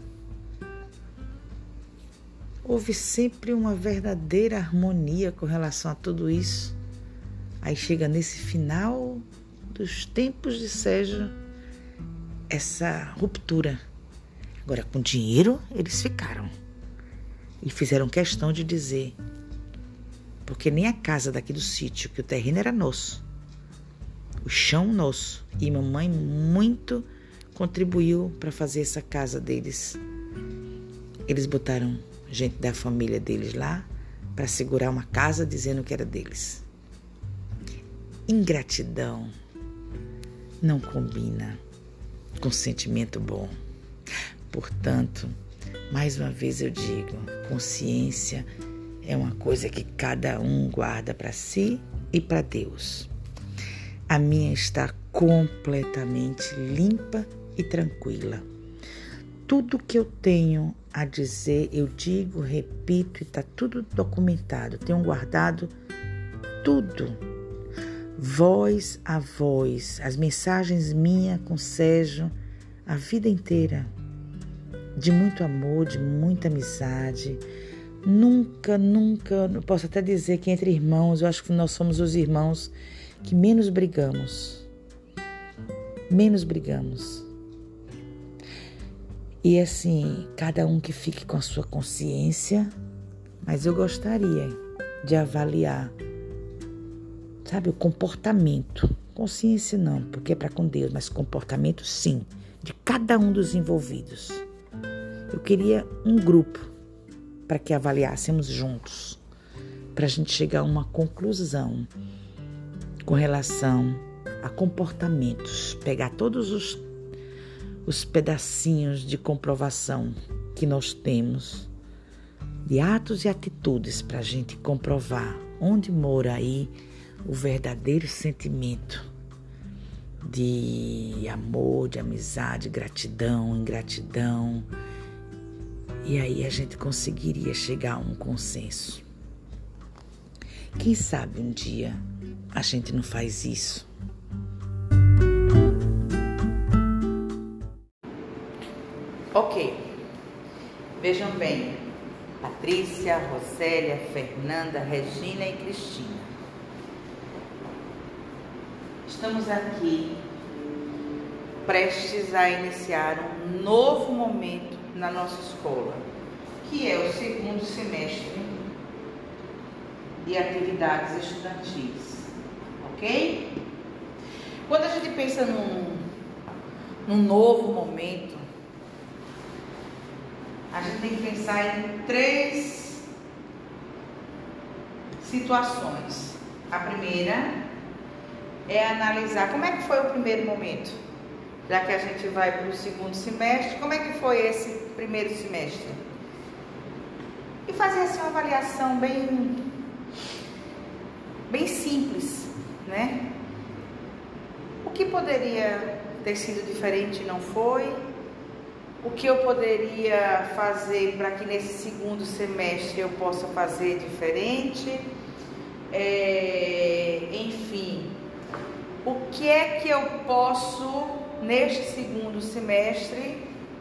Houve sempre uma verdadeira harmonia com relação a tudo isso. Aí chega nesse final dos tempos de Sérgio, essa ruptura. Agora, com dinheiro, eles ficaram. E fizeram questão de dizer, porque nem a casa daqui do sítio, que o terreno era nosso, o chão nosso, e mamãe muito contribuiu para fazer essa casa deles. Eles botaram gente da família deles lá para segurar uma casa dizendo que era deles. Ingratidão não combina com sentimento bom. Portanto, mais uma vez eu digo, consciência é uma coisa que cada um guarda para si e para Deus. A minha está completamente limpa e tranquila. Tudo que eu tenho a dizer, eu digo, repito, e está tudo documentado. Tenho guardado tudo, voz a voz, as mensagens minhas com Sérgio, a vida inteira. De muito amor, de muita amizade. Nunca, eu posso até dizer que entre irmãos, eu acho que nós somos os irmãos que menos brigamos. Menos brigamos. E assim, cada um que fique com a sua consciência, mas eu gostaria de avaliar, sabe, o comportamento. Consciência não, porque é para com Deus, mas comportamento sim, de cada um dos envolvidos. Eu queria um grupo para que avaliássemos juntos, para a gente chegar a uma conclusão com relação a comportamentos, pegar todos os pedacinhos de comprovação que nós temos, de atos e atitudes, para a gente comprovar onde mora aí o verdadeiro sentimento de amor, de amizade, gratidão, ingratidão. E aí a gente conseguiria chegar a um consenso. Quem sabe um dia a gente não faz isso? Ok. Vejam bem. Patrícia, Rosélia, Fernanda, Regina e Cristina. Estamos aqui prestes a iniciar um novo momento na nossa escola, que é o 2º semestre de atividades estudantis, ok? pensa num novo momento, a gente tem que pensar em 3 situações. A primeira é analisar como é que foi o primeiro momento, já que a gente vai para o segundo semestre, como é que foi esse primeiro semestre? E fazer assim uma avaliação bem simples, né? O que poderia ter sido diferente e não foi? O que eu poderia fazer para que nesse segundo semestre eu possa fazer diferente? Enfim, o que é que eu posso, neste segundo semestre,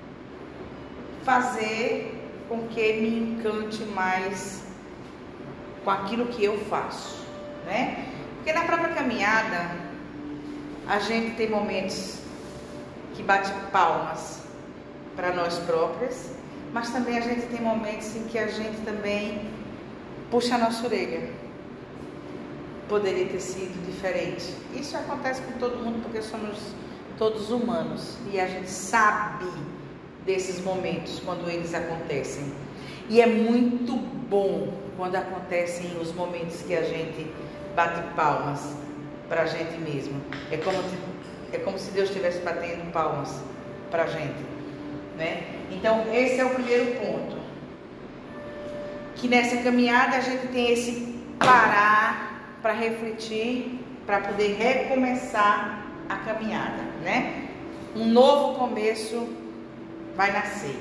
fazer com que me encante mais com aquilo que eu faço, né? Porque na própria caminhada, a gente tem momentos que bate palmas para nós próprias, mas também a gente tem momentos em que a gente também puxa a nossa orelha. Poderia ter sido diferente. Isso acontece com todo mundo porque somos todos humanos e a gente sabe desses momentos quando eles acontecem. E é muito bom quando acontecem os momentos que a gente bate palmas para a gente mesmo. É como se Deus estivesse batendo palmas para a gente, né? Então esse é o primeiro ponto, que nessa caminhada a gente tem esse parar para refletir, para poder recomeçar a caminhada, né? Um novo começo vai nascer.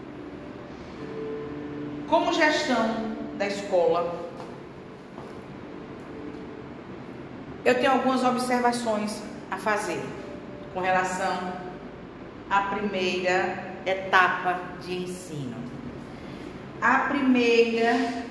Como gestão da escola, eu tenho algumas observações a fazer com relação à primeira etapa de ensino. A primeira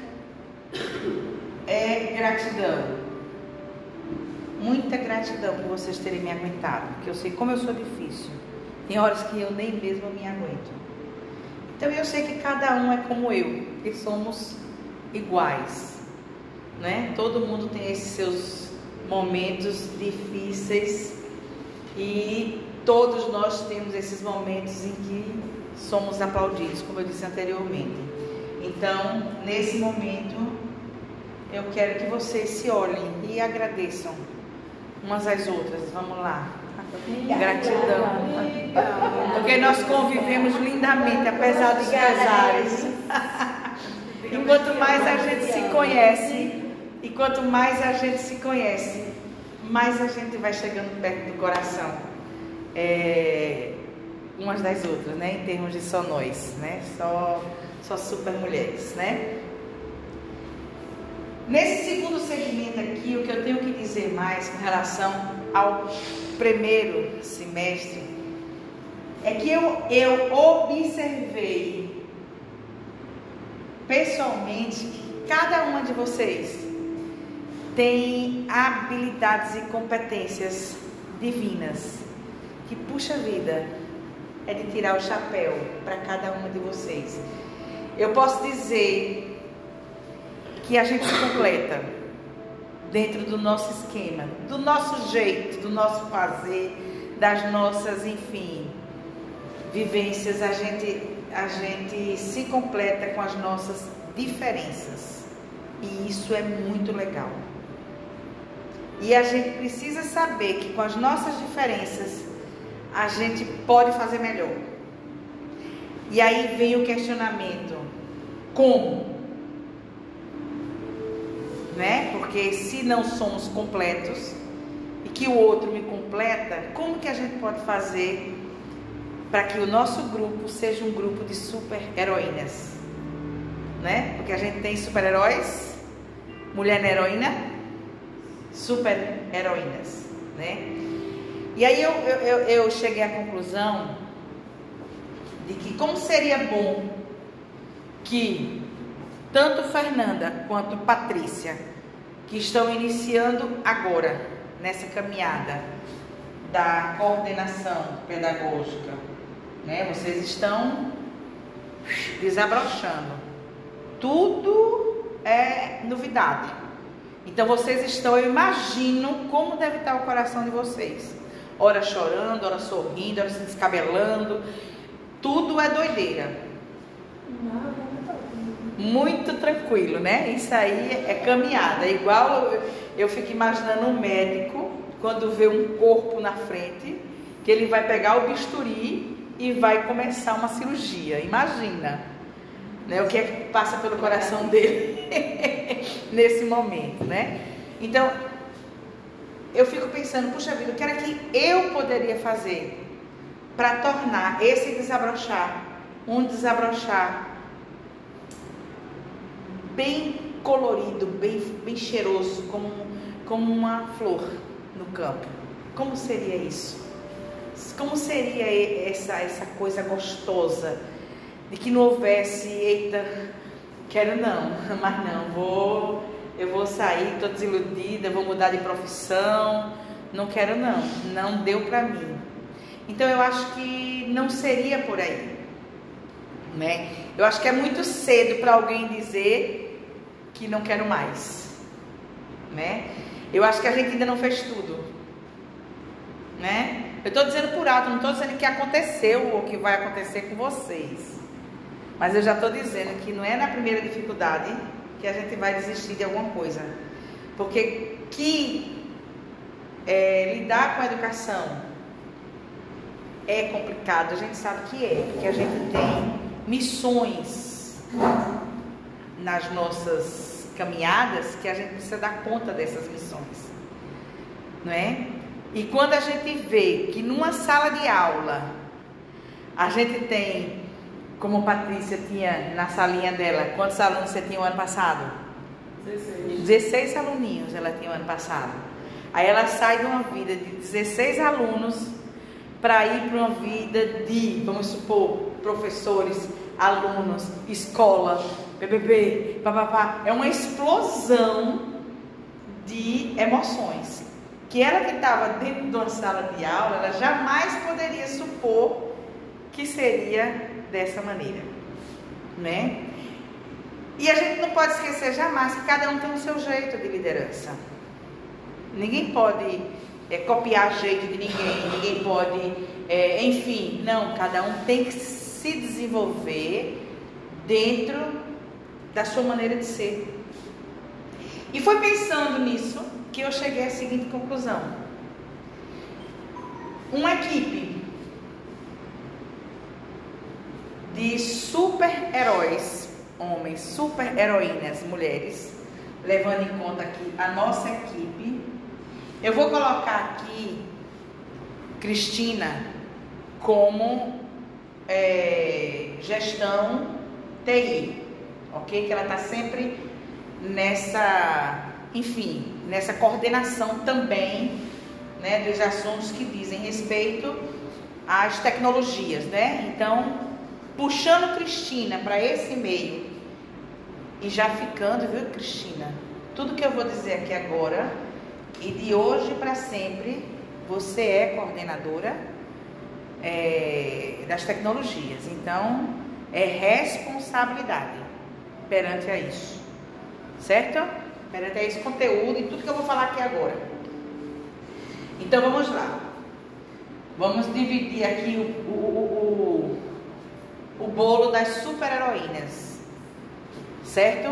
é gratidão. Muita gratidão por vocês terem me aguentado, porque eu sei como eu sou difícil. Tem horas que eu nem mesmo me aguento. Então eu sei que cada um é como eu, que somos iguais, né? Todo mundo tem esses seus momentos difíceis e todos nós temos esses momentos em que somos aplaudidos, como eu disse anteriormente. Então, nesse momento, eu quero que vocês se olhem e agradeçam umas às outras. Vamos lá. Gratidão. Porque nós convivemos lindamente, apesar dos pesares. E quanto mais a gente se conhece, mais a gente vai chegando perto do coração, umas das outras, né? Em termos de só nós, né? Só super mulheres, né? Nesse segundo segmento aqui, o que eu tenho que dizer mais com relação ao primeiro semestre é que eu observei pessoalmente que cada uma de vocês tem habilidades e competências divinas, que puxa vida, é de tirar o chapéu para cada uma de vocês. Eu posso dizer que a gente se completa dentro do nosso esquema, do nosso jeito, do nosso fazer, das nossas, enfim, vivências. A gente se completa com as nossas diferenças, e isso é muito legal. E a gente precisa saber que com as nossas diferenças a gente pode fazer melhor. E aí vem o questionamento: como? Né? Porque se não somos completos e que o outro me completa, como que a gente pode fazer para que o nosso grupo seja um grupo de super heroínas, né? Porque a gente tem super heróis, mulher na heroína, super heroínas, né? E aí eu cheguei à conclusão de que como seria bom que tanto Fernanda quanto Patrícia, que estão iniciando agora nessa caminhada da coordenação pedagógica, né? Vocês estão desabrochando. Tudo é novidade. Então vocês estão, eu imagino como deve estar o coração de vocês. Ora chorando, ora sorrindo, ora se descabelando. Tudo é doideira. Muito tranquilo, né? Isso aí é caminhada. É igual eu fico imaginando um médico quando vê um corpo na frente, que ele vai pegar o bisturi e vai começar uma cirurgia. Imagina, né, o que é que passa pelo coração dele nesse momento, né? Então, eu fico pensando, puxa vida, o que era que eu poderia fazer para tornar esse desabrochar um desabrochar bem colorido, bem cheiroso, como uma flor no campo. Como seria isso? Como seria essa coisa gostosa de que não houvesse, eita, quero não, mas não, eu vou sair, estou desiludida, vou mudar de profissão, não quero não deu para mim. Então eu acho que não seria por aí, né? Eu acho que é muito cedo para alguém dizer que não quero mais, né? Eu acho que a gente ainda não fez tudo, né? Eu estou dizendo por alto, não estou dizendo que aconteceu ou que vai acontecer com vocês, mas eu já estou dizendo que não é na primeira dificuldade que a gente vai desistir de alguma coisa, porque lidar com a educação é complicado, a gente sabe que é, porque a gente tem missões nas nossas caminhadas que a gente precisa dar conta dessas missões, não é? E quando a gente vê que numa sala de aula a gente tem, como a Patrícia tinha na salinha dela, quantos alunos você tinha o ano passado? 16 aluninhos ela tinha o ano passado. Aí ela sai de uma vida de 16 alunos para ir para uma vida de, vamos supor, professores, alunos, escola, BBB, papapá. É uma explosão de emoções que ela que estava dentro de uma sala de aula, ela jamais poderia supor que seria dessa maneira, né? E a gente não pode esquecer jamais que cada um tem o seu jeito de liderança. Ninguém pode copiar jeito de ninguém pode, enfim, não, cada um tem que se desenvolver dentro da sua maneira de ser. E foi pensando nisso que eu cheguei à seguinte conclusão: uma equipe de super-heróis, homens, super-heroínas, mulheres, levando em conta aqui a nossa equipe. Eu vou colocar aqui Cristina como gestão TI, ok? Que ela está sempre nessa, enfim, nessa coordenação também, né, dos assuntos que dizem respeito às tecnologias, né? Então, puxando Cristina para esse meio e já ficando, viu, Cristina? Tudo que eu vou dizer aqui agora e de hoje para sempre, você é coordenadora das tecnologias. Então, é responsabilidade perante a isso, certo? Perante a esse conteúdo e tudo que eu vou falar aqui agora. Então, vamos lá. Vamos dividir aqui o bolo das super-heroínas, certo?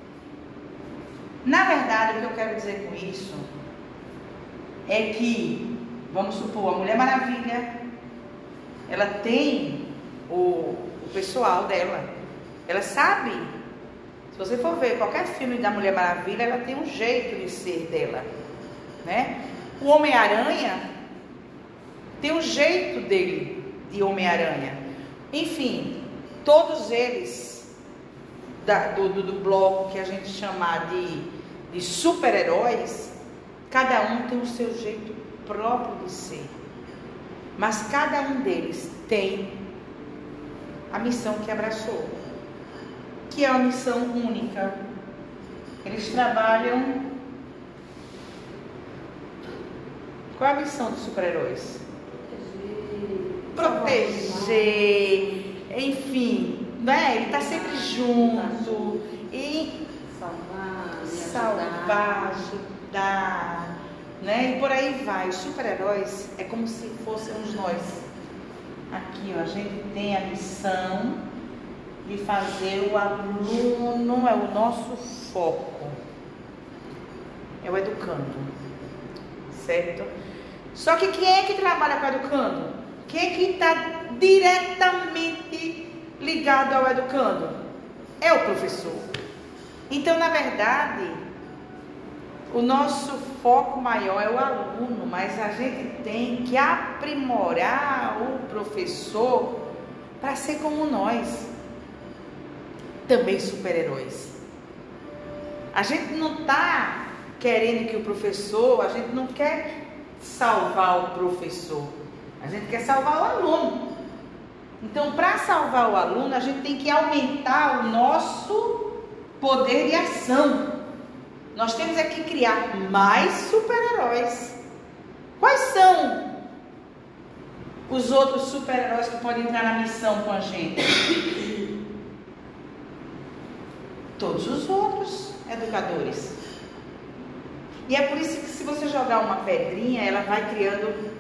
Na verdade, o que eu quero dizer com isso é que, vamos supor, a Mulher Maravilha, ela tem o pessoal dela, ela sabe, se você for ver qualquer filme da Mulher Maravilha, ela tem um jeito de ser dela, né? O Homem-Aranha tem um jeito dele de Homem-Aranha. Enfim, todos eles do bloco que a gente chama de super-heróis, cada um tem o seu jeito próprio de ser, mas cada um deles tem a missão que abraçou, que é uma missão única. Eles trabalham. Qual é a missão dos super-heróis? Proteger, enfim, né? Ele está sempre junto e salvar, ajudar, né? E por aí vai. Os super-heróis é como se fôssemos nós. Aqui, ó, a gente tem a missão de fazer o aluno, é o nosso foco, é o educando, certo? Só que quem é que trabalha com o educando? Quem é que está diretamente ligado ao educando? É o professor. Então, na verdade, o nosso foco maior é o aluno, mas a gente tem que aprimorar o professor para ser como nós, também super-heróis. A gente não está querendo que o professor, a gente não quer salvar o professor, a gente quer salvar o aluno. Então, para salvar o aluno, a gente tem que aumentar o nosso poder de ação. Nós temos aqui que criar mais super-heróis. Quais são os outros super-heróis que podem entrar na missão com a gente? Todos os outros educadores. E é por isso que se você jogar uma pedrinha, ela vai criando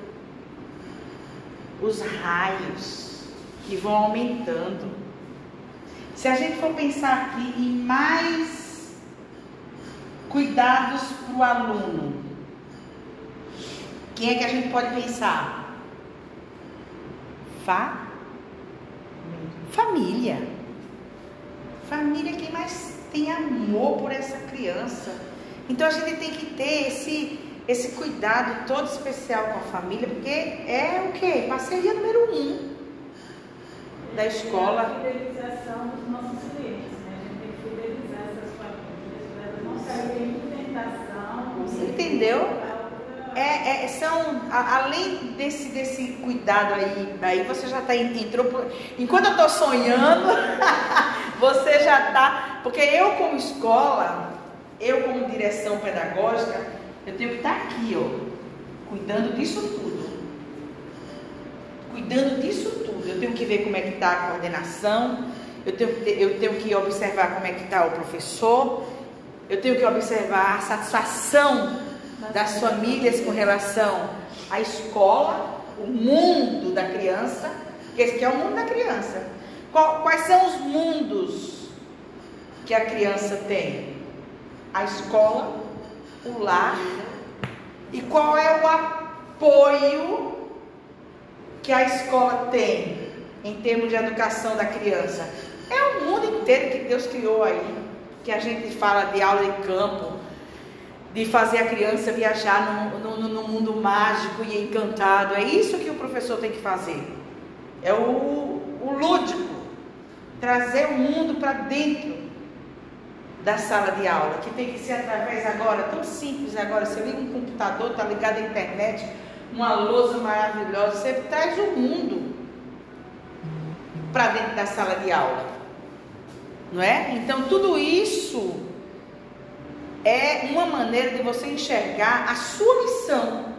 os raios que vão aumentando. Se a gente for pensar aqui em mais cuidados para o aluno, quem é que a gente pode pensar? Família. Família é quem mais tem amor por essa criança. Então a gente tem que ter esse cuidado todo especial com a família, porque é o quê? Parceria número 1 da escola. A fidelização dos nossos clientes, né? A gente tem que fidelizar essas famílias para elas não caírem em tentação. Você entendeu? São, além desse cuidado aí você já entrou por, enquanto eu estou sonhando, você já está, porque eu como escola, eu como direção pedagógica, eu tenho que estar aqui, ó, cuidando disso tudo, eu tenho que ver como é que está a coordenação, eu tenho que observar como é que está o professor, eu tenho que observar a satisfação das famílias com relação à escola, o mundo da criança, que esse aqui é o mundo da criança. Quais são os mundos que a criança tem? A escola, o lar, e qual é o apoio que a escola tem em termos de educação da criança? É o mundo inteiro que Deus criou aí, que a gente fala de aula de campo, de fazer a criança viajar no mundo mágico e encantado. É isso que o professor tem que fazer. É o lúdico, trazer o mundo para dentro da sala de aula, que tem que ser através agora, tão simples agora, você liga um computador, está ligado à internet, uma lousa maravilhosa, você traz o mundo para dentro da sala de aula, não é? Então tudo isso é uma maneira de você enxergar a sua missão,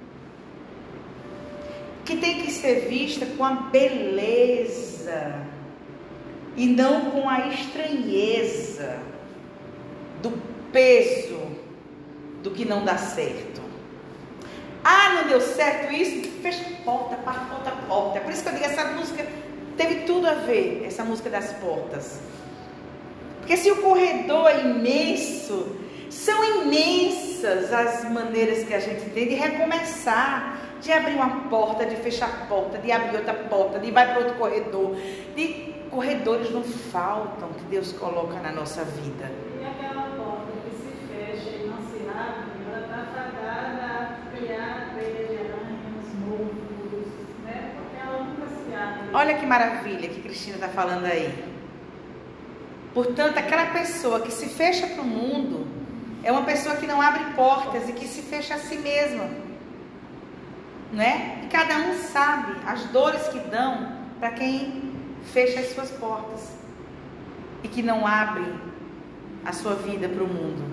que tem que ser vista com a beleza e não com a estranheza do peso do que não dá certo. Ah, não deu certo isso? Fecha a porta, porta, porta. É por isso que eu digo, essa música teve tudo a ver, essa música das portas. Porque se o corredor é imenso, são imensas as maneiras que a gente tem de recomeçar, de abrir uma porta, de fechar a porta, de abrir outra porta, de ir para outro corredor. Corredores não faltam que Deus coloca na nossa vida. E aquela porta que se fecha e não se abre, ela está fadada a criar teia de aranhas, mofos, né? Porque ela nunca se abre. Olha que maravilha que Cristina está falando aí. Portanto, aquela pessoa que se fecha para o mundo é uma pessoa que não abre portas e que se fecha a si mesma, né? E cada um sabe as dores que dão para quem fecha as suas portas e que não abre a sua vida para o mundo.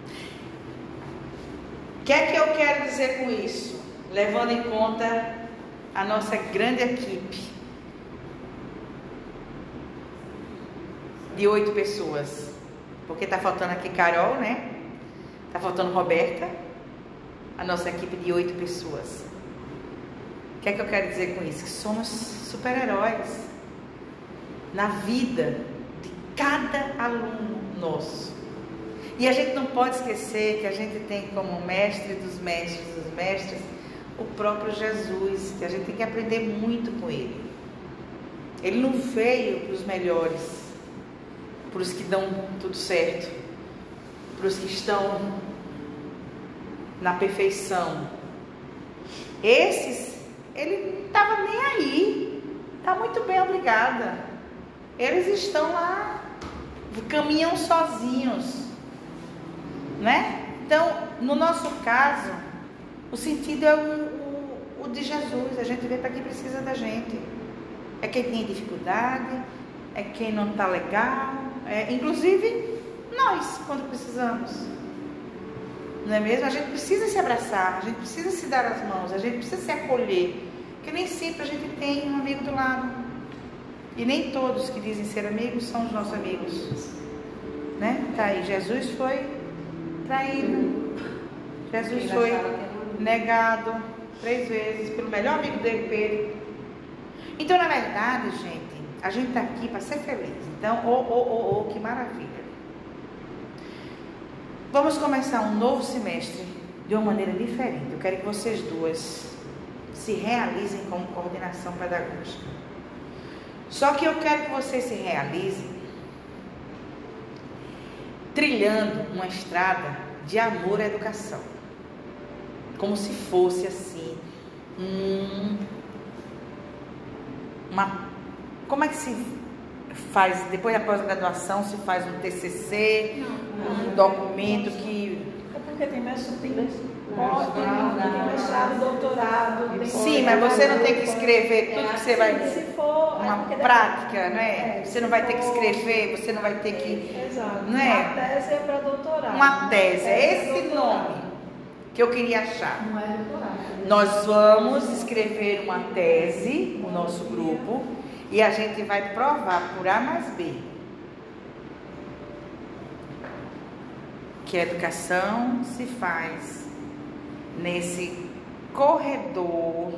O que é que eu quero dizer com isso? Levando em conta a nossa grande equipe de 8 pessoas, porque tá faltando aqui Carol, né? Tá faltando Roberta, a nossa equipe de 8 pessoas. O que é que eu quero dizer com isso? Que somos super-heróis na vida de cada aluno nosso. E a gente não pode esquecer que a gente tem como mestre dos mestres, o próprio Jesus, que a gente tem que aprender muito com ele. Ele não veio para os melhores, para os que dão tudo certo, para os que estão na perfeição. Esses, ele não estava nem aí. Está muito bem, obrigada. Eles estão lá, caminham sozinhos, né? Então, no nosso caso, o sentido é o de Jesus. A gente vê para quem precisa da gente. É quem tem dificuldade, é quem não está legal, inclusive nós, quando precisamos. Não é mesmo? A gente precisa se abraçar, a gente precisa se dar as mãos, a gente precisa se acolher, porque nem sempre a gente tem um amigo do lado. E nem todos que dizem ser amigos são os nossos amigos, né? Tá aí, Jesus foi traído, Jesus foi negado 3 vezes pelo melhor amigo dele, Pedro. Então, na verdade, gente, a gente está aqui para ser feliz. Então, que maravilha. Vamos começar um novo semestre de uma maneira diferente. Eu quero que vocês duas se realizem como coordenação pedagógica. Só que eu quero que vocês se realizem trilhando uma estrada de amor à educação. Como se fosse assim, como é que se faz, depois da pós-graduação, se faz um TCC, um documento que... É porque tem mestrado, doutorado... Sim, mas você não tem que escrever tudo que você vai... Se for... Uma prática, não é? Você não vai ter que escrever, você não vai ter que... Exato. Não é? Uma tese é para doutorado. Uma tese, é esse nome que eu queria achar. Não é doutorado. Nós vamos escrever uma tese, o nosso grupo, e a gente vai provar por A mais B que a educação se faz nesse corredor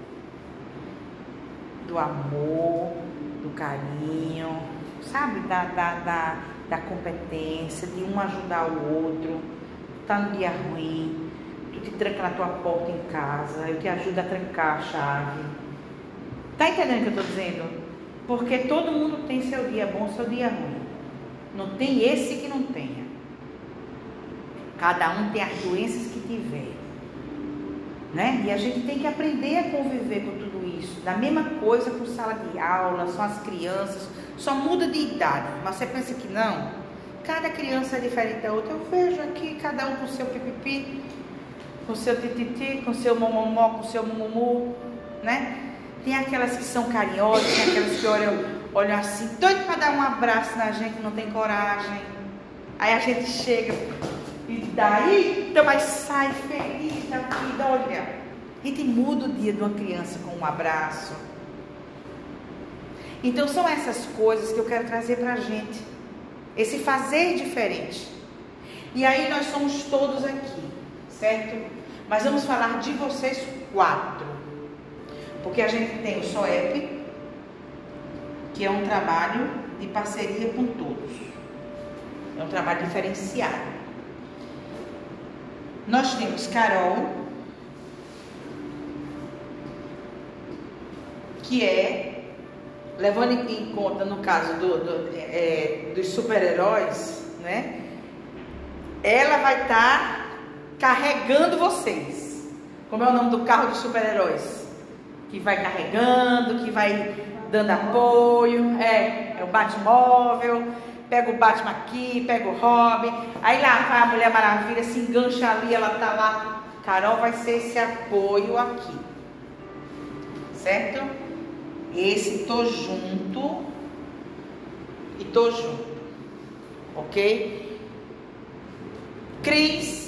do amor, do carinho, sabe? Da competência, de um ajudar o outro. Tá no dia ruim, tu te tranca na tua porta em casa, eu te ajudo a trancar a chave. Tá entendendo o que eu estou dizendo? Porque todo mundo tem seu dia bom, seu dia ruim. Não tem esse que não tenha. Cada um tem as doenças que tiver, né? E a gente tem que aprender a conviver com tudo isso. Da mesma coisa com sala de aula, são as crianças, só muda de idade. Mas você pensa que não? Cada criança é diferente da outra. Eu vejo aqui cada um com seu pipipi, com seu tititi, com seu momomó, com seu mumumu, né? Tem aquelas que são carinhosas, tem aquelas que olham assim, doido para dar um abraço na gente, não tem coragem. Aí a gente chega e dá, eita, mas sai feliz da vida, olha. A gente muda o dia de uma criança com um abraço. Então são essas coisas que eu quero trazer para a gente. Esse fazer diferente. E aí nós somos todos aqui, certo? Mas vamos falar de vocês 4. Porque a gente tem o SOEP, que é um trabalho de parceria com todos. É um trabalho diferenciado. Nós temos Carol, que é, levando em conta no caso dos super-heróis, né? Ela vai estar carregando vocês. Como é o nome do carro dos super-heróis? Que vai carregando, que vai dando apoio, é o Batmóvel, pega o Batman aqui, pega o Robin, aí lá vai a Mulher Maravilha, se engancha ali, ela tá lá, Carol vai ser esse apoio aqui, certo? Esse tô junto e tô junto, ok? Cris,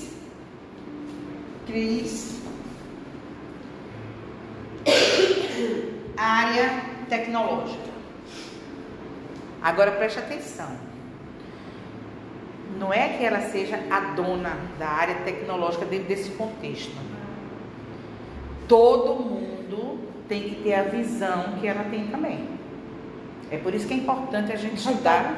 área tecnológica. Agora preste atenção. Não é que ela seja a dona da área tecnológica dentro desse contexto. Todo mundo tem que ter a visão que ela tem também. É por isso que é importante a gente estudar.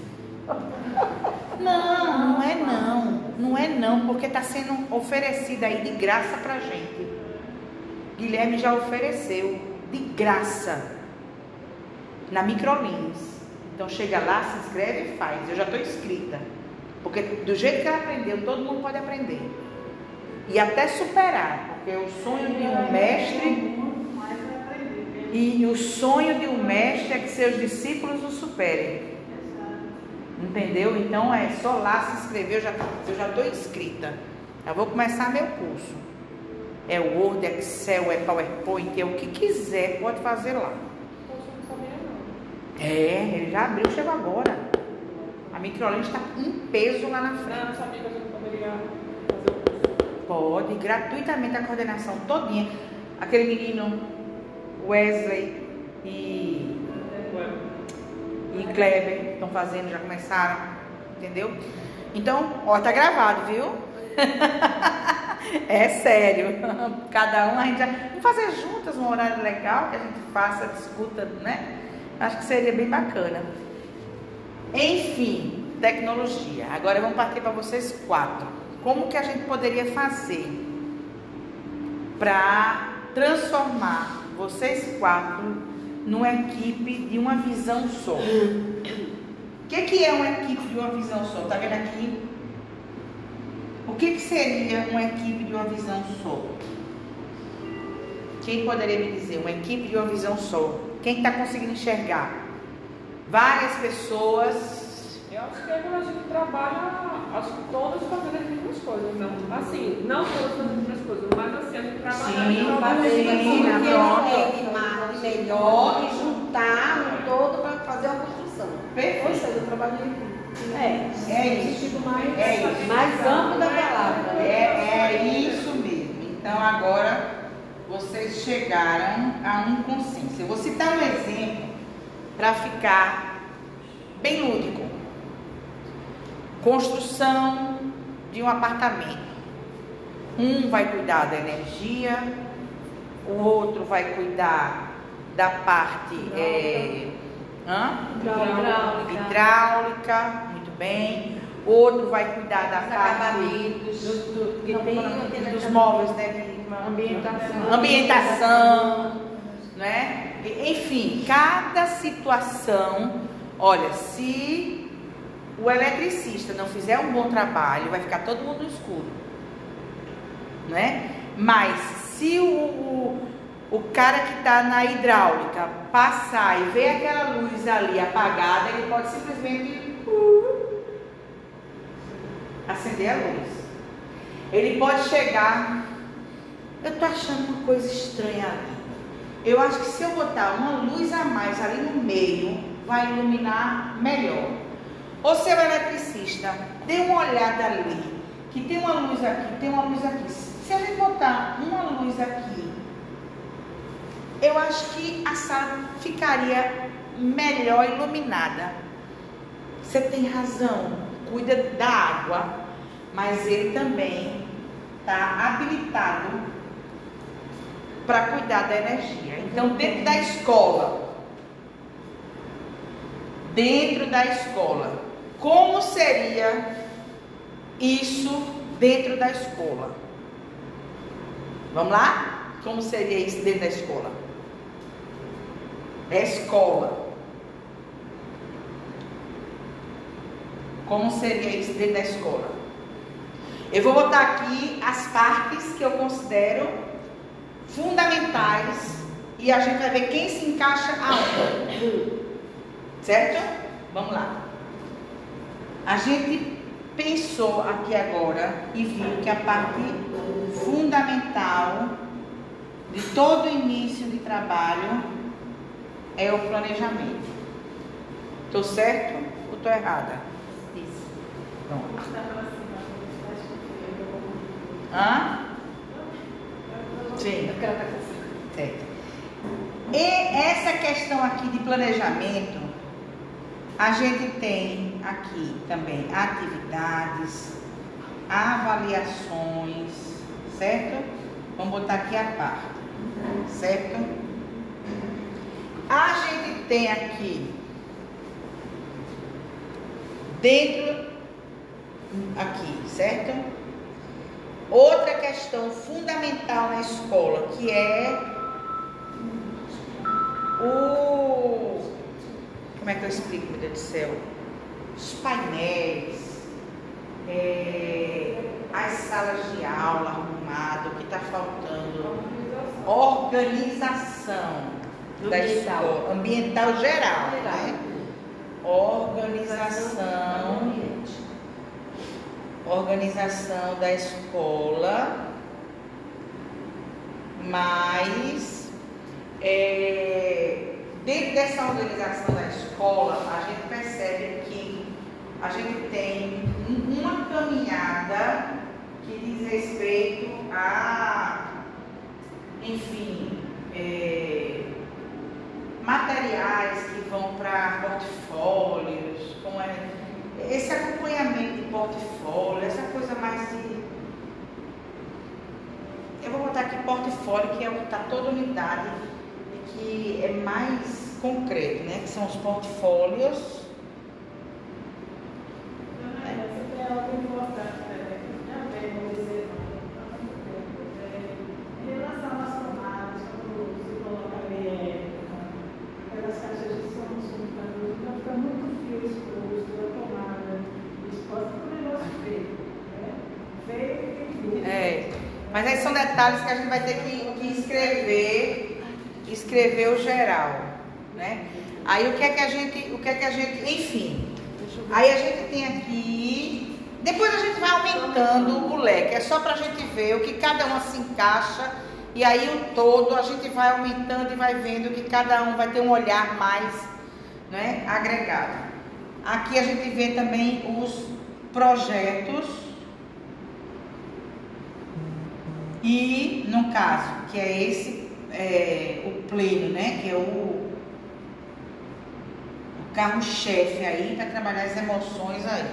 Não, não é não. Não é não, porque está sendo oferecida aí de graça pra gente. Guilherme já ofereceu de graça na Microlins. Então chega lá, se inscreve e faz. Eu já estou inscrita. Porque do jeito que ela aprendeu, todo mundo pode aprender. E até superar. Porque o sonho de um mestre... E o sonho de um mestre é que seus discípulos o superem. Entendeu? Então é só lá se inscrever. Eu já estou inscrita. Eu vou começar meu curso. É Word, Excel, é PowerPoint, é o que quiser, pode fazer lá. Ele já abriu, chegou agora. A Microlins está em peso lá na frente. Não sabia que a gente poderia fazer o curso. Pode, gratuitamente a coordenação todinha. Aquele menino Wesley e Kleber estão fazendo, já começaram, entendeu? Então, ó, tá gravado, viu? É sério. Cada um, a gente já... Vamos fazer juntas um horário legal, que a gente faça, discuta, né? Acho que seria bem bacana. Enfim, tecnologia. Agora vamos partir para vocês 4. Como que a gente poderia fazer para transformar vocês 4 numa equipe de uma visão só? O que é uma equipe de uma visão só? Tá vendo aqui? O que seria uma equipe de uma visão só? Quem poderia me dizer? Uma equipe de uma visão só. Quem está conseguindo enxergar? Várias pessoas. Eu acho que é quando a gente trabalha, acho que todos fazendo as mesmas coisas, não? Assim, não todos fazendo as mesmas coisas, mas assim, a gente trabalha melhor e juntar no todo para fazer uma construção. Perfeito. Ou seja, eu trabalho em equipe. É isso. Mais amplo da palavra. É isso mesmo. Então agora vocês chegaram a um consenso. Eu vou citar um exemplo para ficar bem lúdico. Construção de um apartamento. Um vai cuidar da energia, o outro vai cuidar da parte hidráulica, muito bem. Outro vai cuidar da parte dos móveis, né? Ambientação, né? Enfim, cada situação. Olha, se o eletricista não fizer um bom trabalho, vai ficar todo mundo no escuro, né? Mas se o cara que está na hidráulica passar e ver aquela luz ali apagada, ele pode simplesmente acender a luz. Ele pode chegar, eu tô achando uma coisa estranha ali. Eu acho que se eu botar uma luz a mais ali no meio, vai iluminar melhor. Ou seu eletricista, dê uma olhada ali, que tem uma luz aqui, tem uma luz aqui. Se a gente botar uma luz aqui, eu acho que a sala ficaria melhor iluminada. Você tem razão, cuida da água, mas ele também está habilitado para cuidar da energia. Então, dentro da escola, como seria isso dentro da escola? Vamos lá? Como seria isso dentro da escola? Escola. Como seria isso dentro da escola? Eu vou botar aqui as partes que eu considero fundamentais e a gente vai ver quem se encaixa aonde. Certo? Vamos lá. A gente pensou aqui agora e viu que a parte fundamental de todo início de trabalho é o planejamento. Estou certo ou estou errada? Isso. Pronto. Sim. Certo. E essa questão aqui de planejamento, a gente tem aqui também atividades, avaliações, certo? Vamos botar aqui a parte, certo? A gente tem aqui, dentro, aqui, certo? Outra questão fundamental na escola, que é como é que eu explico, meu Deus do céu? Os painéis, as salas de aula arrumadas, o que está faltando? Organização da escola, ambiental geral, né? Organização da escola, mas dentro dessa organização da escola, a gente percebe que a gente tem uma caminhada que diz respeito a, enfim, materiais que vão para portfólios, como esse acompanhamento de portfólio, essa coisa mais de... Eu vou botar aqui portfólio, que é o que está toda unidade e que é mais concreto, né? Que são os portfólios. Você tem algo importante também, em relação às tomadas, quando se coloca ali aquelas caixas de som, então fica muito fio exposto, a tomada exposta para o negócio feio, né? Feio e Mas aí são detalhes que a gente vai ter que escrever o geral, né? Aí o que é que a gente, enfim, aí a gente tem aqui, depois a gente vai aumentando o leque, é só pra gente ver o que cada uma se encaixa, e aí o todo a gente vai aumentando e vai vendo que cada um vai ter um olhar mais, né, agregado. Aqui a gente vê também os projetos. E no caso, que é esse, o pleno, né? Que é o carro-chefe aí para trabalhar as emoções aí,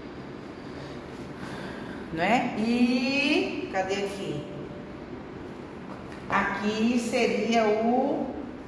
né? E cadê aqui? Aqui seria o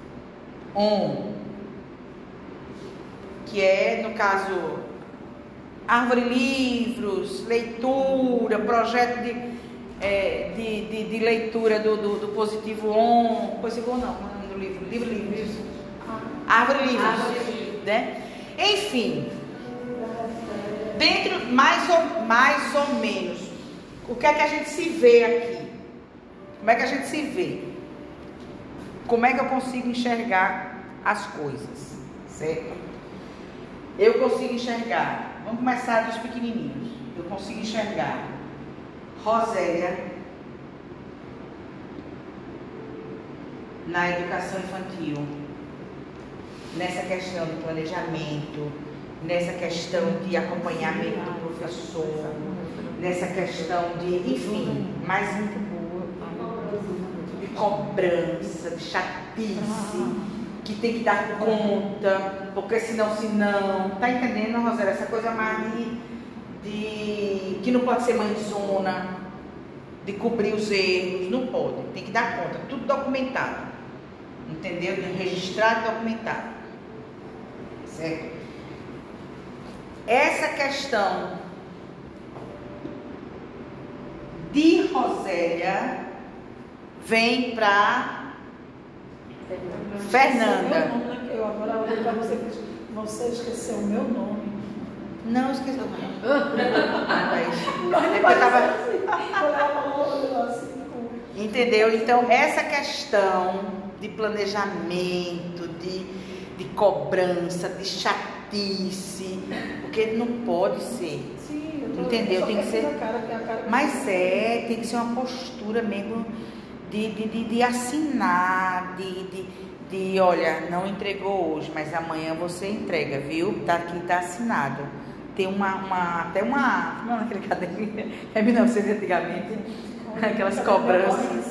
que é, no caso, árvore livros, leitura, projeto de leitura do positivo positivo não é do livro livros, árvore livros, né? Enfim, dentro mais ou menos, o que é que a gente se vê aqui? Como é que a gente se vê? Como é que eu consigo enxergar as coisas, certo? Eu consigo enxergar, vamos começar dos pequenininhos, eu consigo enxergar Rosélia na educação infantil, nessa questão de planejamento, nessa questão de acompanhamento do professor, nessa questão de, enfim, mais de cobrança, de chatice, que tem que dar conta, porque senão, tá entendendo, Rosélia? Essa coisa mais que não pode ser mãezona, de cobrir os erros, não pode, tem que dar conta, tudo documentado, entendeu? Registrado e documentado, certo? Essa questão de Rosélia vem para Fernanda. Eu agora olhei para você esqueceu o meu nome. Não, esqueci. Entendeu? Então, essa questão de planejamento, de cobrança, de chatice, porque não pode ser. Sim, entendeu? Tem que ser. Mas tem que ser uma postura mesmo de assinar, de olha, não entregou hoje, mas amanhã você entrega, viu? Tá aqui, tá assinado. Tem até uma, não, naquele caderninho, 1900 antigamente, aquelas cobranças.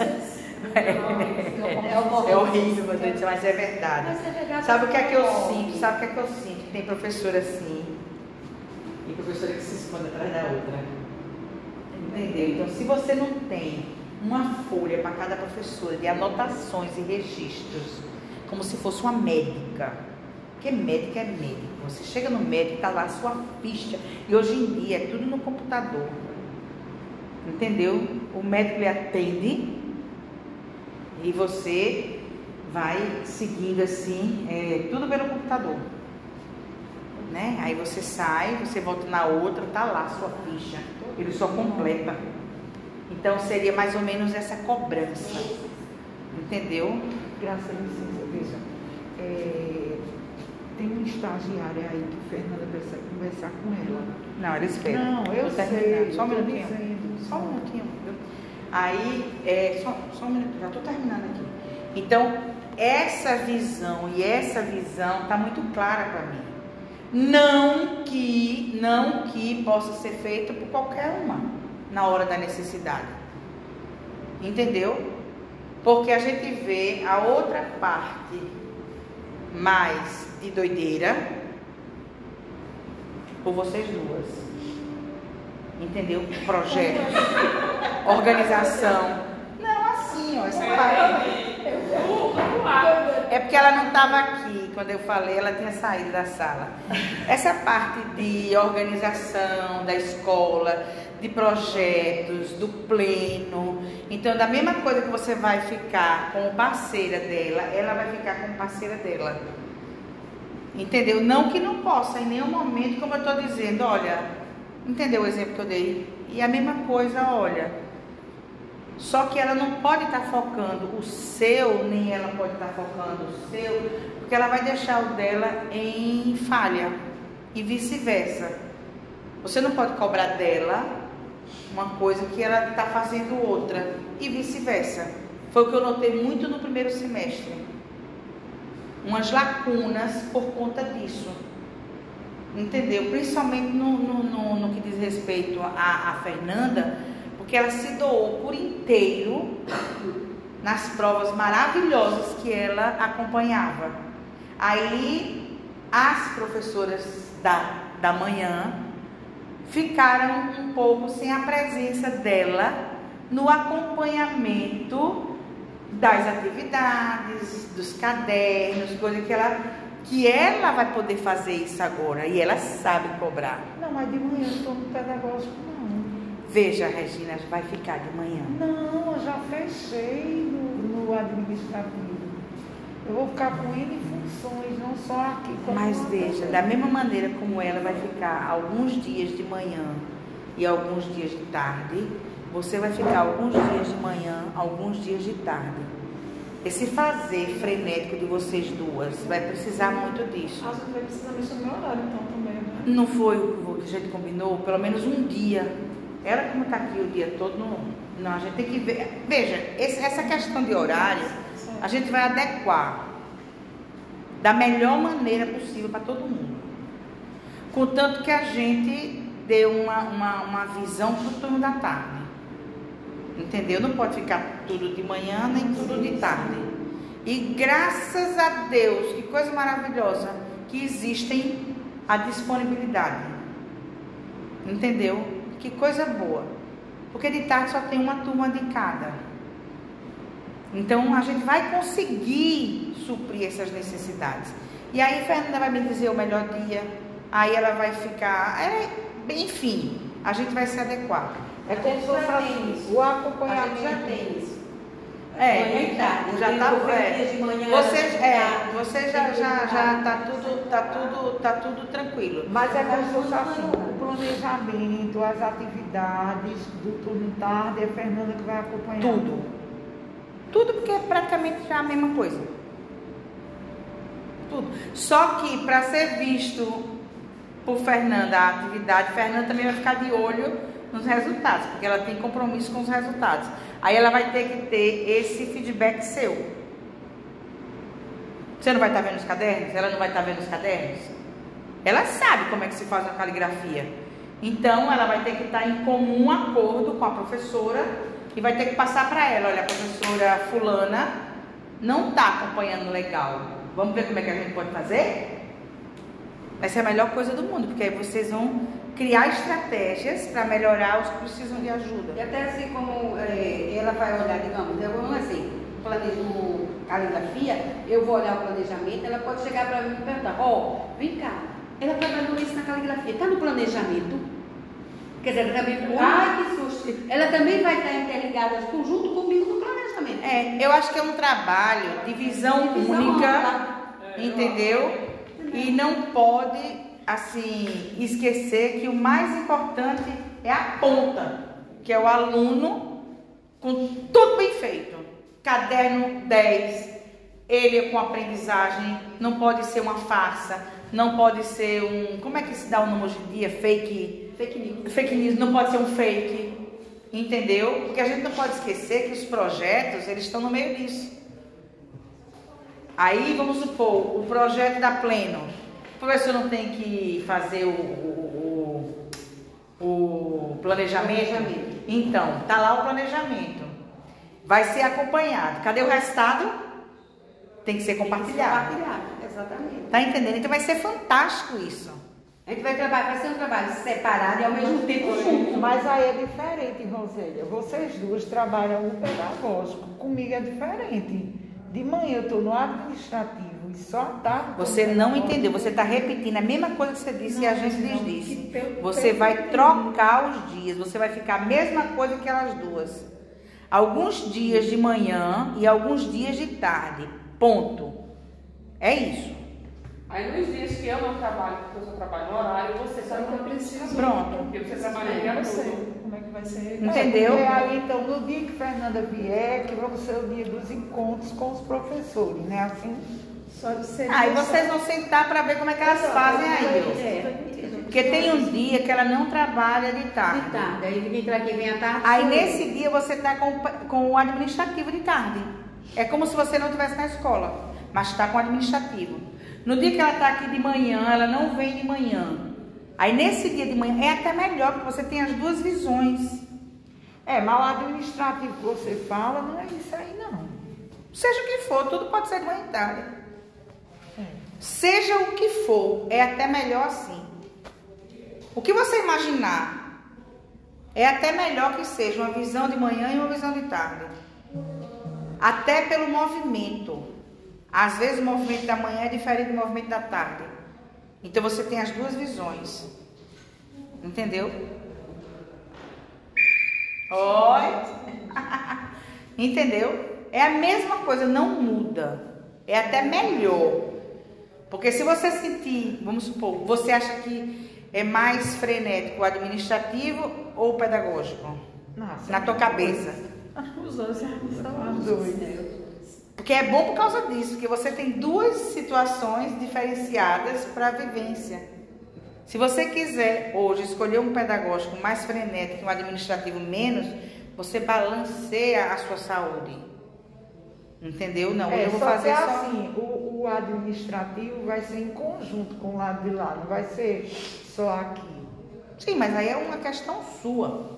É horrível, meu Deus, mas é verdade. Sabe o que é que eu sinto? Que tem professora assim, Tem professora que se esconde atrás da outra. Entendeu? Então, se você não tem uma folha para cada professora de anotações e registros, como se fosse uma médica, porque médica é médico. Você chega no médico, está lá a sua ficha. E hoje em dia é tudo no computador. Entendeu? O médico lhe atende e você vai seguindo assim, tudo pelo computador. Né? Aí você sai, você volta na outra, tá lá a sua ficha. Ele só completa. Então seria mais ou menos essa cobrança. Entendeu? Graça a licença, veja. Tem uma estagiária aí que Fernanda precisa conversar com ela. Não, ela espera. Não, eu Tô sei. terminando. Só um tô minutinho. dizendo, Só um minutinho. Viu? Aí, só um minuto, já estou terminando aqui. Então, essa visão está muito clara para mim. Não que possa ser feito por qualquer uma na hora da necessidade. Entendeu? Porque a gente vê a outra parte mais de doideira por vocês duas. Entendeu? Projetos, organização. Não, assim, ó, essa parte. É porque ela não estava aqui quando eu falei, ela tinha saído da sala. Essa parte de organização da escola, de projetos, do pleno. Então, da mesma coisa que você vai ficar com parceira dela, ela vai ficar com parceira dela. Entendeu? Não que não possa, em nenhum momento, como eu estou dizendo, olha, entendeu o exemplo que eu dei? E a mesma coisa, olha, só que ela não pode estar focando o seu, nem ela pode estar focando o seu, porque ela vai deixar o dela em falha e vice-versa. Você não pode cobrar dela uma coisa que ela está fazendo outra e vice-versa. Foi o que eu notei muito no primeiro semestre. Umas lacunas por conta disso. Entendeu? Principalmente no que diz respeito a Fernanda, porque ela se doou por inteiro nas provas maravilhosas que ela acompanhava. Aí as professoras da manhã ficaram um pouco sem a presença dela no acompanhamento das atividades, dos cadernos, coisa que ela vai poder fazer isso agora e ela sabe cobrar. Não, mas de manhã eu estou no pedagógico, não. Veja, Regina, vai ficar de manhã. Não, eu já fechei no administrativo. Eu vou ficar com N funções, não só aqui. Mas veja, da mesma maneira como ela vai ficar alguns dias de manhã e alguns dias de tarde, você vai ficar alguns dias de manhã, alguns dias de tarde. Esse fazer frenético de vocês duas vai precisar muito disso. A gente vai precisar mexer no meu horário então também, né? Não foi o que a gente combinou? Pelo menos um dia. Ela como está aqui o dia todo, não, a gente tem que ver. Veja, essa questão de horário, a gente vai adequar da melhor maneira possível para todo mundo. Contanto que a gente dê uma visão para o turno da tarde. Entendeu? Não pode ficar tudo de manhã nem tudo de tarde. E graças a Deus, que coisa maravilhosa, que existem a disponibilidade. Entendeu? Que coisa boa. Porque de tarde só tem uma turma de cada. Então a gente vai conseguir suprir essas necessidades. E aí Fernanda vai me dizer o melhor dia. Aí ela vai ficar. Enfim, a gente vai se adequar. É como se fosse assim, o acompanhamento já tem isso. Já está. Você já tá tudo tranquilo. Mas é como se fosse assim, o planejamento, as atividades do turno tarde, é a Fernanda que vai acompanhar. Tudo porque é praticamente já a mesma coisa. Tudo. Só que para ser visto por Fernanda a atividade, Fernanda também vai ficar de olho nos resultados, porque ela tem compromisso com os resultados. Aí ela vai ter que ter esse feedback seu. Você não vai estar vendo os cadernos? Ela não vai estar vendo os cadernos? Ela sabe como é que se faz uma caligrafia. Então, ela vai ter que estar em comum acordo com a professora e vai ter que passar para ela, olha, a professora fulana não está acompanhando legal. Vamos ver como é que a gente pode fazer? Vai ser a melhor coisa do mundo, porque aí vocês vão criar estratégias para melhorar os que precisam de ajuda. E até assim como ela vai olhar, digamos, vamos assim, o caligrafia, eu vou olhar o planejamento, ela pode chegar para mim e perguntar, vem cá, ela trabalhou isso na caligrafia, está no planejamento? Quer dizer, ela também, que susto, ela também vai estar interligada junto comigo no planejamento. Eu acho que é um trabalho de visão única, entendeu? E não pode, assim, esquecer que o mais importante é a ponta, que é o aluno com tudo bem feito. Caderno 10, ele com aprendizagem, não pode ser uma farsa, não pode ser como é que se dá o nome hoje em dia? Fake news, não pode ser um fake, entendeu? Porque a gente não pode esquecer que os projetos, eles estão no meio disso. Aí, vamos supor, o projeto da Pleno, o professor não tem que fazer o planejamento? Então, tá lá o planejamento. Vai ser acompanhado. Cadê o resultado? Tem que ser compartilhado. Exatamente. Tá entendendo? Então vai ser fantástico isso. A gente vai ser um trabalho separado e ao mesmo tempo junto. Mas aí é diferente, Rosélia. Vocês duas trabalham no pedagógico. Comigo é diferente. De manhã eu estou no administrativo e só à tarde. Você não entendeu. Você está repetindo a mesma coisa que você disse e a gente lhes disse. Você vai trocar os dias. Você vai ficar a mesma coisa que elas duas. Alguns dias de manhã e alguns dias de tarde. Ponto. É isso. Aí nos dias que eu não trabalho, porque eu só trabalho no horário, você Só que eu preciso. Pronto. Porque você trabalha o dia Eu sei todo. como é que vai ser. Entendeu? Porque aí, então, no dia que Fernanda vier, que vai ser o dia dos encontros com os professores, né? Assim, só de ser. Aí vocês vão sentar para ver como é que elas fazem aí. Porque tem um dia que ela não trabalha de tarde. Aí vem aqui, vem à tarde. Aí nesse dia você está com o administrativo de tarde. É como se você não estivesse na escola, mas está com o administrativo. No dia que ela está aqui de manhã, ela não vem de manhã. Aí nesse dia de manhã é até melhor, porque você tem as duas visões. Mas o administrativo que você fala não é isso aí, não. Seja o que for, tudo pode ser de manhã e tarde. Seja o que for, é até melhor assim. O que você imaginar é até melhor que seja uma visão de manhã e uma visão de tarde. Até pelo movimento. Às vezes o movimento da manhã é diferente do movimento da tarde. Então você tem as duas visões. Entendeu? Oi? Entendeu? É a mesma coisa, não muda. É até melhor. Porque se você sentir, vamos supor, você acha que é mais frenético o administrativo ou o pedagógico? Nossa, na tua cabeça? Os dois são os dois. Porque é bom por causa disso, porque você tem duas situações diferenciadas para a vivência. Se você quiser hoje escolher um pedagógico mais frenético e um administrativo menos, você balanceia a sua saúde. Entendeu? Não, eu vou fazer só assim, o administrativo vai ser em conjunto com o lado de lá, não vai ser só aqui. Sim, mas aí é uma questão sua.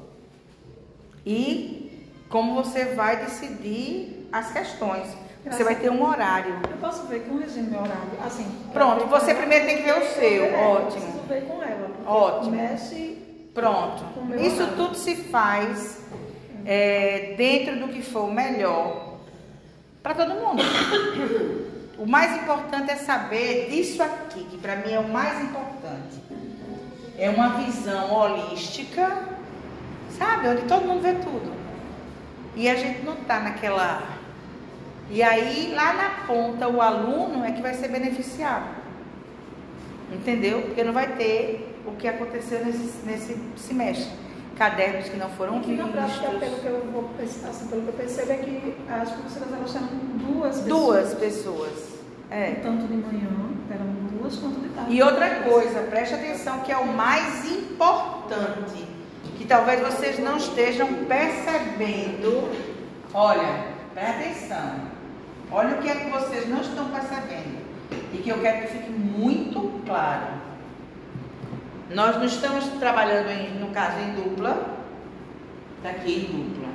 E como você vai decidir as questões. Você vai ter um horário. Eu posso ver com o regime meu horário. Assim, pronto, você primeiro tem que ver o seu. Ótimo. Eu preciso ver com ela. Ótimo. Mexe. Pronto. Isso horário. tudo se faz dentro do que for o melhor para todo mundo. O mais importante é saber disso aqui, que para mim é o mais importante. É uma visão holística, sabe? Onde todo mundo vê tudo. E a gente não tá naquela... E aí, lá na ponta, o aluno é que vai ser beneficiado. Entendeu? Porque não vai ter o que aconteceu nesse semestre. Cadernos que não foram vistos. Na prática, pelo que eu percebo, é que as professoras elas chamam duas pessoas. Duas pessoas. Tanto de manhã, eram duas, quanto de tarde. E outra coisa, preste atenção, que é o mais importante, que talvez vocês não estejam percebendo. Olha, preste atenção. Olha o que é que vocês não estão percebendo. E que eu quero que fique muito claro. Nós não estamos trabalhando, no caso, em dupla. Está aqui em dupla.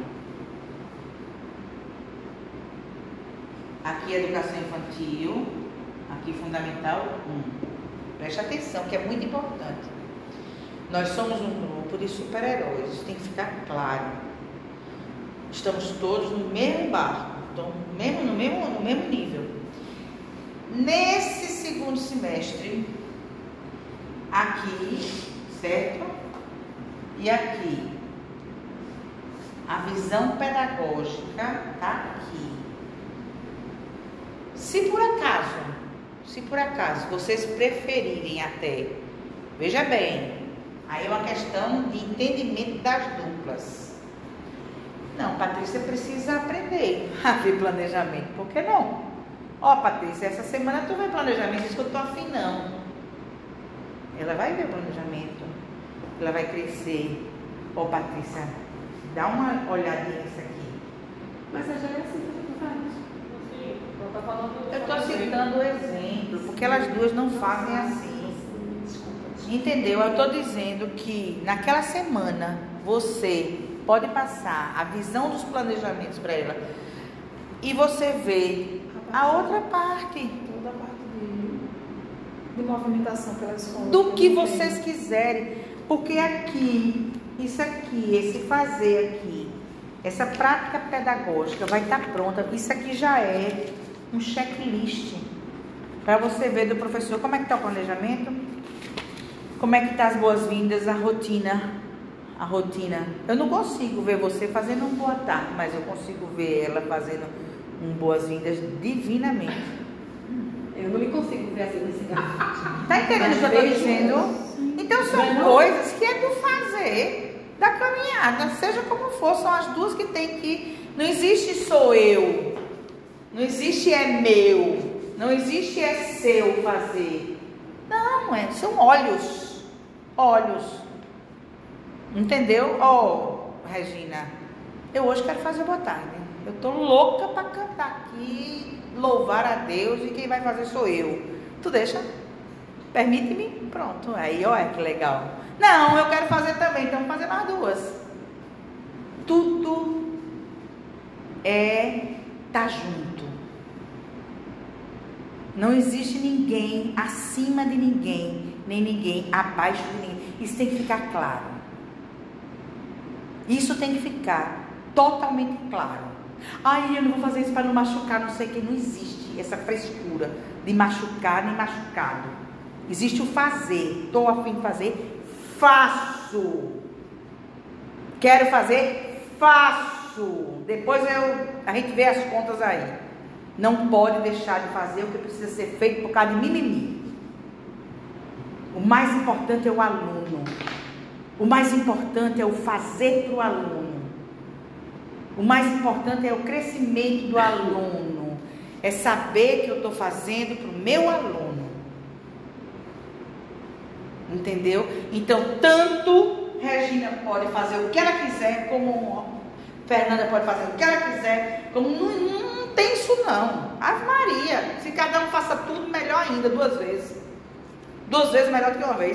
Aqui educação infantil. Aqui fundamental 1. Preste atenção, que é muito importante. Nós somos um grupo de super-heróis, isso tem que ficar claro. Estamos todos no mesmo barco, no mesmo nível. Nesse segundo semestre, aqui, certo? E aqui, a visão pedagógica está aqui. Se por acaso vocês preferirem até, veja bem, aí é uma questão de entendimento das duplas. Não, Patrícia precisa aprender a ver planejamento, por que não? Ó, Patrícia, essa semana tu vê planejamento, diz que eu tô afim não. Ela vai ver o planejamento, ela vai crescer. Ó, Patrícia, dá uma olhadinha nisso aqui. Mas já é assim que tu faz. Eu estou citando o exemplo, porque elas duas não fazem assim. Entendeu? Eu estou dizendo que naquela semana você pode passar a visão dos planejamentos para ela e você vê a outra parte. Toda a parte de movimentação pela escola. Do que vocês quiserem. Porque aqui, isso aqui, esse fazer aqui, essa prática pedagógica vai estar pronta. Isso aqui já é um checklist para você ver do professor como é que está o planejamento, como é que está as boas-vindas, a rotina. Eu não consigo ver você fazendo um boa tarde, mas eu consigo ver ela fazendo um boas-vindas divinamente. Eu não me consigo ver assim nesse grafite. Tá entendendo o que eu estou dizendo? Então são coisas que é do fazer, da caminhada, seja como for, são as duas que tem que... Não existe sou eu, não existe é meu, não existe é seu fazer. Não, são olhos. Entendeu? Regina, eu hoje quero fazer boa tarde. Eu tô louca para cantar aqui, louvar a Deus, e quem vai fazer sou eu. Tu deixa? Permite-me? Pronto. Aí, olha que legal. Não, eu quero fazer também, então vamos fazer nós duas. Tudo tá junto. Não existe ninguém acima de ninguém, nem ninguém abaixo de ninguém. Isso tem que ficar claro. Isso tem que ficar totalmente claro. Ai, eu não vou fazer isso para não machucar, não sei o que. Não existe essa frescura de machucar nem machucado. Existe o fazer. Estou a fim de fazer, faço. Quero fazer, faço. Depois a gente vê as contas aí. Não pode deixar de fazer o que precisa ser feito por causa de mimimi. O mais importante é o aluno. O mais importante é o fazer para o aluno. O mais importante é o crescimento do aluno. É saber que eu estou fazendo para o meu aluno. Entendeu? Então, tanto Regina pode fazer o que ela quiser, como Fernanda pode fazer o que ela quiser, como não tem isso não. Ave Maria, se cada um faça tudo, melhor ainda, 2 vezes. 2 vezes melhor do que uma vez.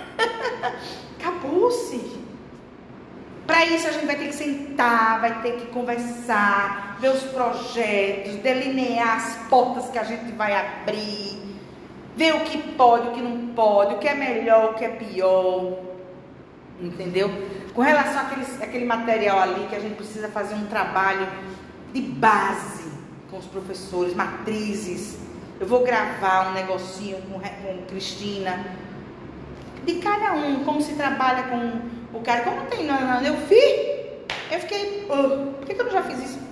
Acabou-se. Para isso a gente vai ter que sentar, vai ter que conversar, ver os projetos, delinear as portas que a gente vai abrir, ver o que pode, o que não pode, o que é melhor, o que é pior. Entendeu? Com relação àquele material ali que a gente precisa fazer um trabalho de base com os professores, matrizes. Eu vou gravar um negocinho com Cristina, de cada um, como se trabalha com o cara. Como tem, não, eu fiquei, por que eu não já fiz isso?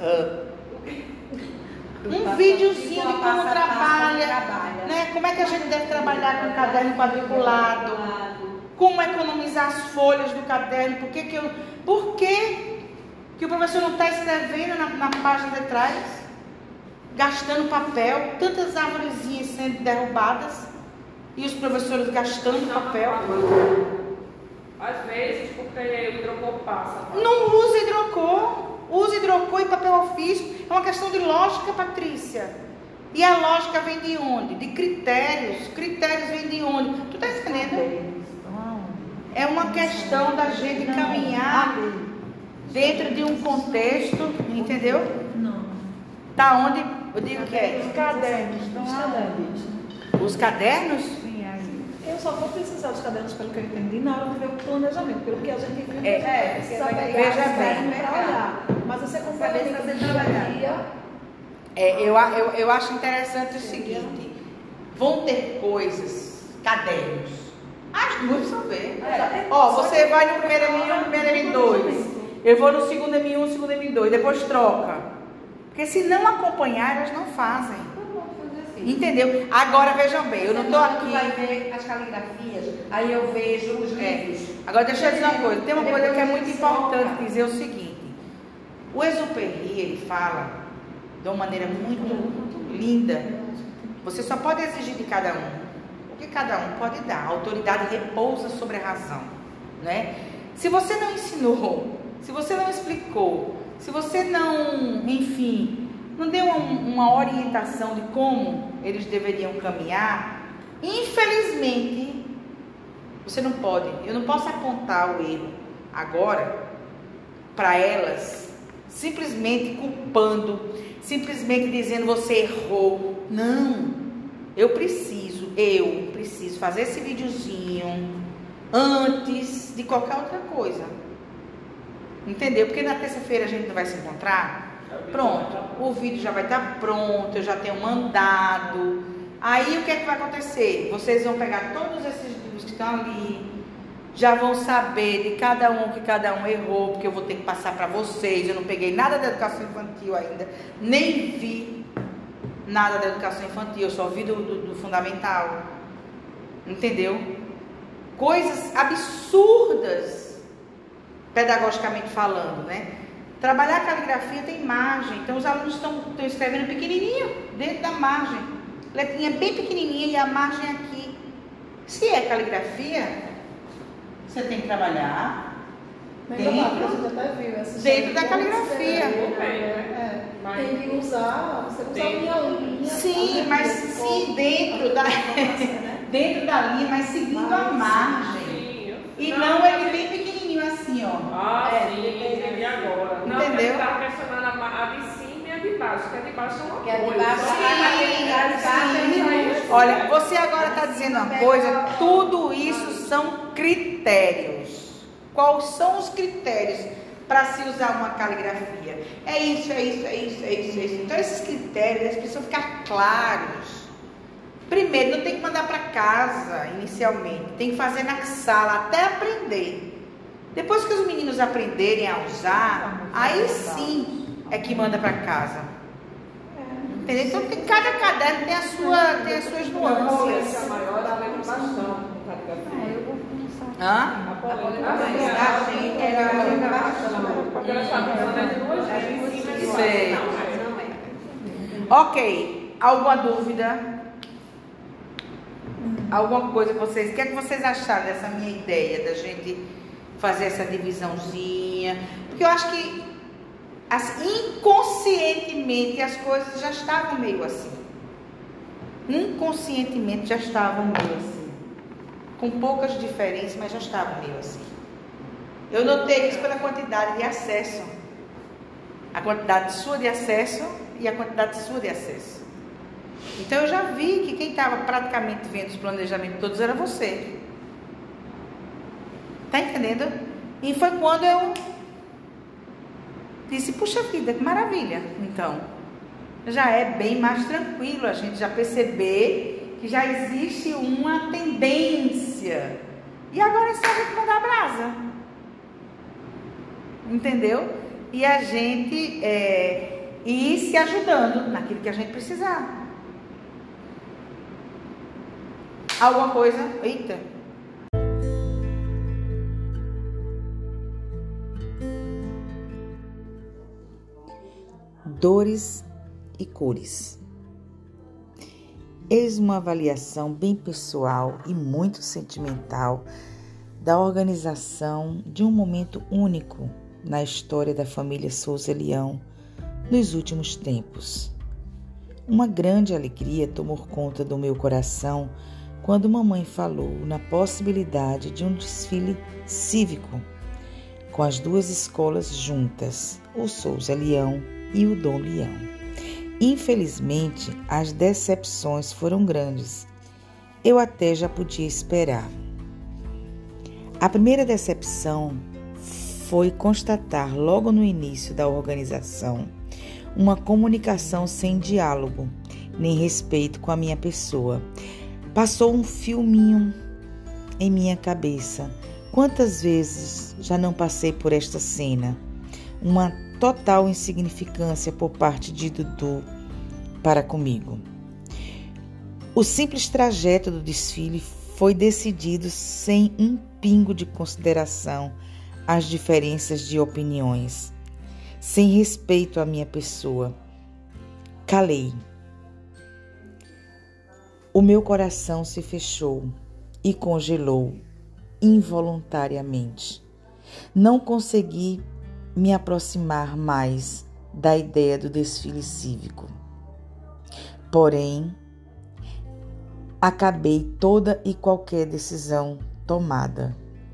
Um videozinho de como trabalha, né? Como é que a gente deve trabalhar com o caderno quadriculado, como economizar as folhas do caderno, por que que o professor não está escrevendo na página de trás, gastando papel, tantas árvorezinhas sendo derrubadas e os professores gastando papel. Às vezes, porque o hidrocor passa. Não usa hidrocor. Use hidrocor e papel ofício. É uma questão de lógica, Patrícia. E a lógica vem de onde? De critérios. Critérios vêm de onde? Tu tá entendendo? É uma questão da gente caminhar dentro de um contexto, entendeu? Não. Tá onde? Eu digo que é. Os cadernos. Os cadernos? Sim, aí. Eu só vou precisar dos cadernos, pelo que eu entendi, na hora de ver o planejamento, pelo que a gente viu, precisa pegar veja esse caderno bem. para olhar. Mas você Saber se você trabalhar. Eu acho interessante o seguinte: vão ter coisas, cadernos. As duas vão ver. Você vai no primeiro M1, primeiro M2. Eu vou no segundo M1, segundo M2. Depois troca. Porque se não acompanhar, elas não fazem. Entendeu? Agora vejam bem, eu não estou aqui. Vai ver as caligrafias, aí eu vejo os livros. Agora deixa eu dizer uma coisa. Tem uma coisa que é muito importante dizer o seguinte: o Exupéry, ele fala de uma maneira muito linda. Você só pode exigir de cada um o que cada um pode dar. A autoridade repousa sobre a razão, né? Se você não ensinou, se você não explicou, se você não, enfim, não deu uma orientação de como eles deveriam caminhar, infelizmente, você não pode. Eu não posso apontar o erro agora para elas, simplesmente culpando, simplesmente dizendo você errou. Não, eu preciso fazer esse videozinho antes de qualquer outra coisa. Entendeu? Porque na terça-feira a gente não vai se encontrar. Pronto, o vídeo já vai estar pronto, eu já tenho mandado. Aí o que é que vai acontecer? Vocês vão pegar todos esses livros que estão ali, já vão saber de cada um que cada um errou, porque eu vou ter que passar para vocês. Eu não peguei nada da educação infantil ainda, nem vi nada da educação infantil, eu só vi do fundamental. Entendeu? Coisas absurdas, pedagogicamente falando, né? Trabalhar a caligrafia tem margem, então os alunos estão escrevendo pequenininho, dentro da margem, letrinha bem pequenininha e a margem aqui. Se é caligrafia, você tem que trabalhar dentro da caligrafia. Tem que usar, você usa a minha linha. Sim, mas sim dentro da linha, mas seguindo a margem. E não ele bem pequenininho assim, ó. Entendi agora. Não, entendeu? Não, está questionando a de cima e a de baixo, porque a de baixo é uma Que a de coisa. baixo Olha, você agora está dizendo uma coisa, tudo isso são critérios. Quais são os critérios para se usar uma caligrafia? É isso. Então esses critérios, eles precisam ficar claros. Primeiro, não tem que mandar para casa inicialmente, tem que fazer na sala até aprender. Depois que os meninos aprenderem a usar, aí sim é que manda para casa. Entendeu? Então cada caderno tem as suas nuances. A maior, ela lembra bastante. Hã? Porque ela está usando de duas vezes em cima de baixo. Sei. Não é. Ok, alguma dúvida? Alguma coisa que vocês... O que é que vocês acharam dessa minha ideia da gente fazer essa divisãozinha? Porque eu acho que inconscientemente as coisas já estavam meio assim. Inconscientemente já estavam meio assim. Com poucas diferenças, mas já estavam meio assim. Eu notei isso pela quantidade de acesso. A quantidade sua de acesso e a quantidade sua de acesso. Então eu já vi que quem estava praticamente vendo os planejamentos todos era você. Tá entendendo? E foi quando eu disse, puxa vida, que maravilha. Então, já é bem mais tranquilo a gente já perceber que já existe uma tendência. E agora é só a gente mandar a brasa. Entendeu? E a gente ir se ajudando naquilo que a gente precisar. Alguma coisa? Eita! Dores e cores. Eis uma avaliação bem pessoal e muito sentimental da organização de um momento único na história da família Souza Leão nos últimos tempos. Uma grande alegria tomou conta do meu coração quando mamãe falou na possibilidade de um desfile cívico com as duas escolas juntas, o Souza Leão e o Dom Leão. Infelizmente, as decepções foram grandes. eu até já podia esperar. A primeira decepção foi constatar logo no início da organização uma comunicação sem diálogo, nem respeito com a minha pessoa. Passou um filminho em minha cabeça. Quantas vezes já não passei por esta cena? Uma total insignificância por parte de Dudu para comigo. O simples trajeto do desfile foi decidido sem um pingo de consideração às diferenças de opiniões, sem respeito à minha pessoa. Calei. O meu coração se fechou e congelou involuntariamente. Não consegui me aproximar mais da ideia do desfile cívico. Porém, acabei toda e qualquer decisão tomada.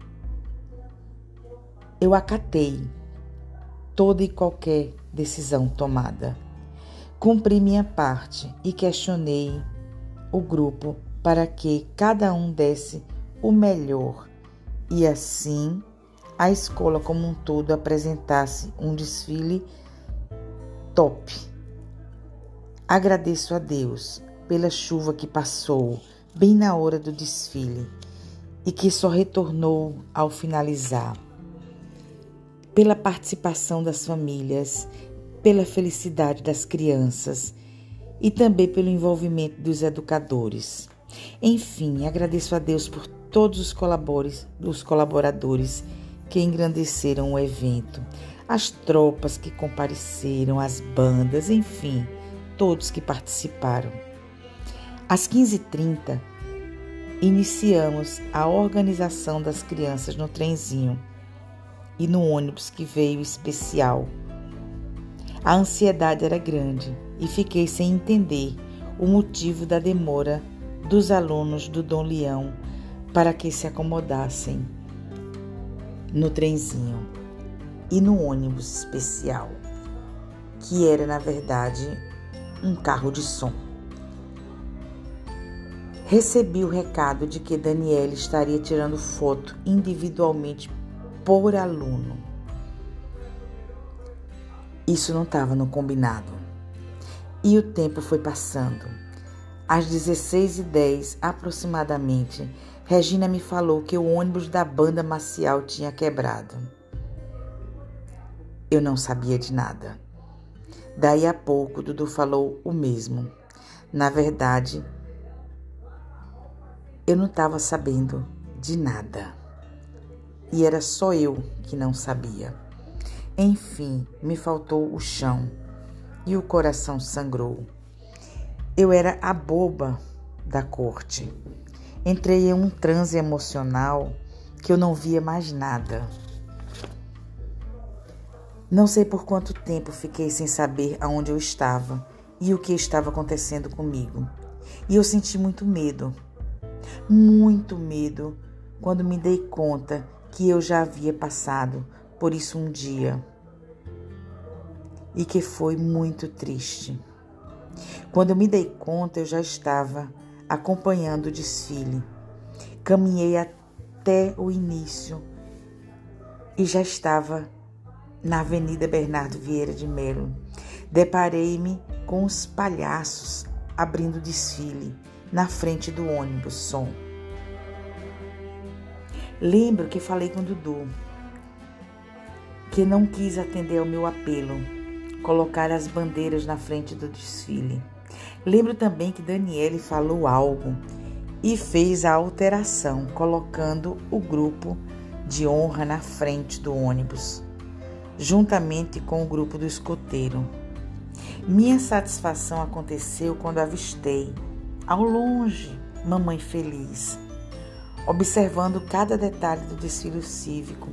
Eu acatei toda e qualquer decisão tomada. Cumpri minha parte e questionei o grupo para que cada um desse o melhor e assim a escola como um todo apresentasse um desfile top. Agradeço a Deus pela chuva que passou bem na hora do desfile e que só retornou ao finalizar, pela participação das famílias, pela felicidade das crianças e também pelo envolvimento dos educadores. Enfim, agradeço a Deus por todos os colaboradores que engrandeceram o evento, as tropas que compareceram, as bandas, enfim, todos que participaram. Às 15h30, iniciamos a organização das crianças no trenzinho e no ônibus que veio especial. A ansiedade era grande e fiquei sem entender o motivo da demora dos alunos do Dom Leão para que se acomodassem no trenzinho e no ônibus especial, que era, na verdade, um carro de som. Recebi o recado de que Daniele estaria tirando foto individualmente por aluno. Isso não estava no combinado. E o tempo foi passando. Às 16h10 aproximadamente, Regina me falou que o ônibus da banda marcial tinha quebrado. Eu não sabia de nada. Daí a pouco, Dudu falou o mesmo. Na verdade, eu não estava sabendo de nada. E era só eu que não sabia. Enfim, me faltou o chão e o coração sangrou. Eu era a boba da corte. Entrei em um transe emocional que eu não via mais nada. Não sei por quanto tempo fiquei sem saber aonde eu estava e o que estava acontecendo comigo. E eu senti muito medo quando me dei conta que eu já havia passado por isso um dia e que foi muito triste. Quando eu me dei conta, eu já estava acompanhando o desfile. Caminhei até o início e já estava na Avenida Bernardo Vieira de Melo. Deparei-me com os palhaços abrindo o desfile na frente do ônibus som. Lembro que falei com o Dudu, que não quis atender ao meu apelo, colocar as bandeiras na frente do desfile. Lembro também que Daniele falou algo e fez a alteração, colocando o grupo de honra na frente do ônibus, juntamente com o grupo do escoteiro. Minha satisfação aconteceu quando avistei, ao longe, Mamãe Feliz, observando cada detalhe do desfile cívico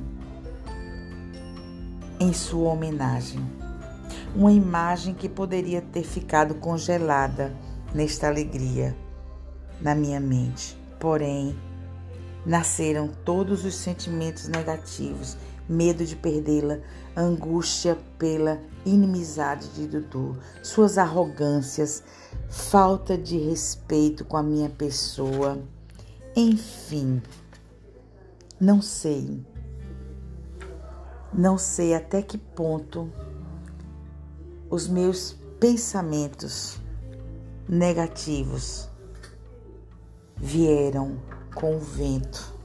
em sua homenagem. Uma imagem que poderia ter ficado congelada nesta alegria na minha mente. Porém, nasceram todos os sentimentos negativos, medo de perdê-la, angústia pela inimizade de Dudu, suas arrogâncias, falta de respeito com a minha pessoa, enfim, não sei até que ponto os meus pensamentos negativos vieram com o vento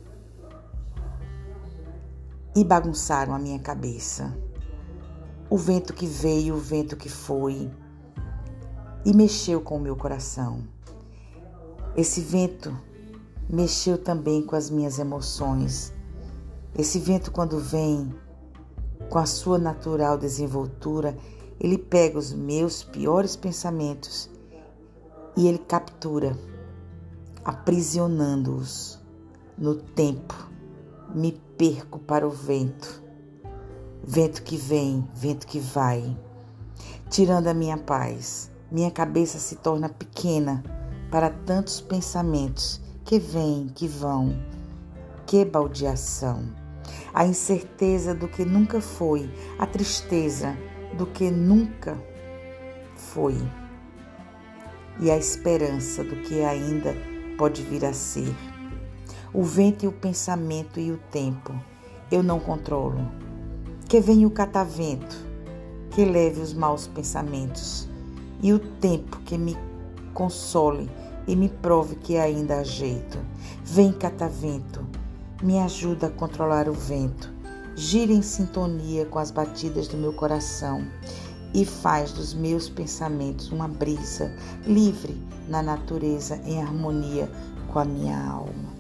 e bagunçaram a minha cabeça. O vento que veio, o vento que foi e mexeu com o meu coração. Esse vento mexeu também com as minhas emoções. Esse vento, quando vem com a sua natural desenvoltura, ele pega os meus piores pensamentos e ele captura, aprisionando-os no tempo. Me perco para o vento. Vento que vem, vento que vai, tirando a minha paz. Minha cabeça se torna pequena para tantos pensamentos que vêm, que vão. Que baldeação! A incerteza do que nunca foi, a tristeza do que nunca foi e a esperança do que ainda pode vir a ser. O vento e o pensamento e o tempo eu não controlo. Que venha o catavento, que leve os maus pensamentos e o tempo que me console e me prove que ainda há jeito. Vem catavento, me ajuda a controlar o vento, gira em sintonia com as batidas do meu coração e faz dos meus pensamentos uma brisa livre na natureza em harmonia com a minha alma.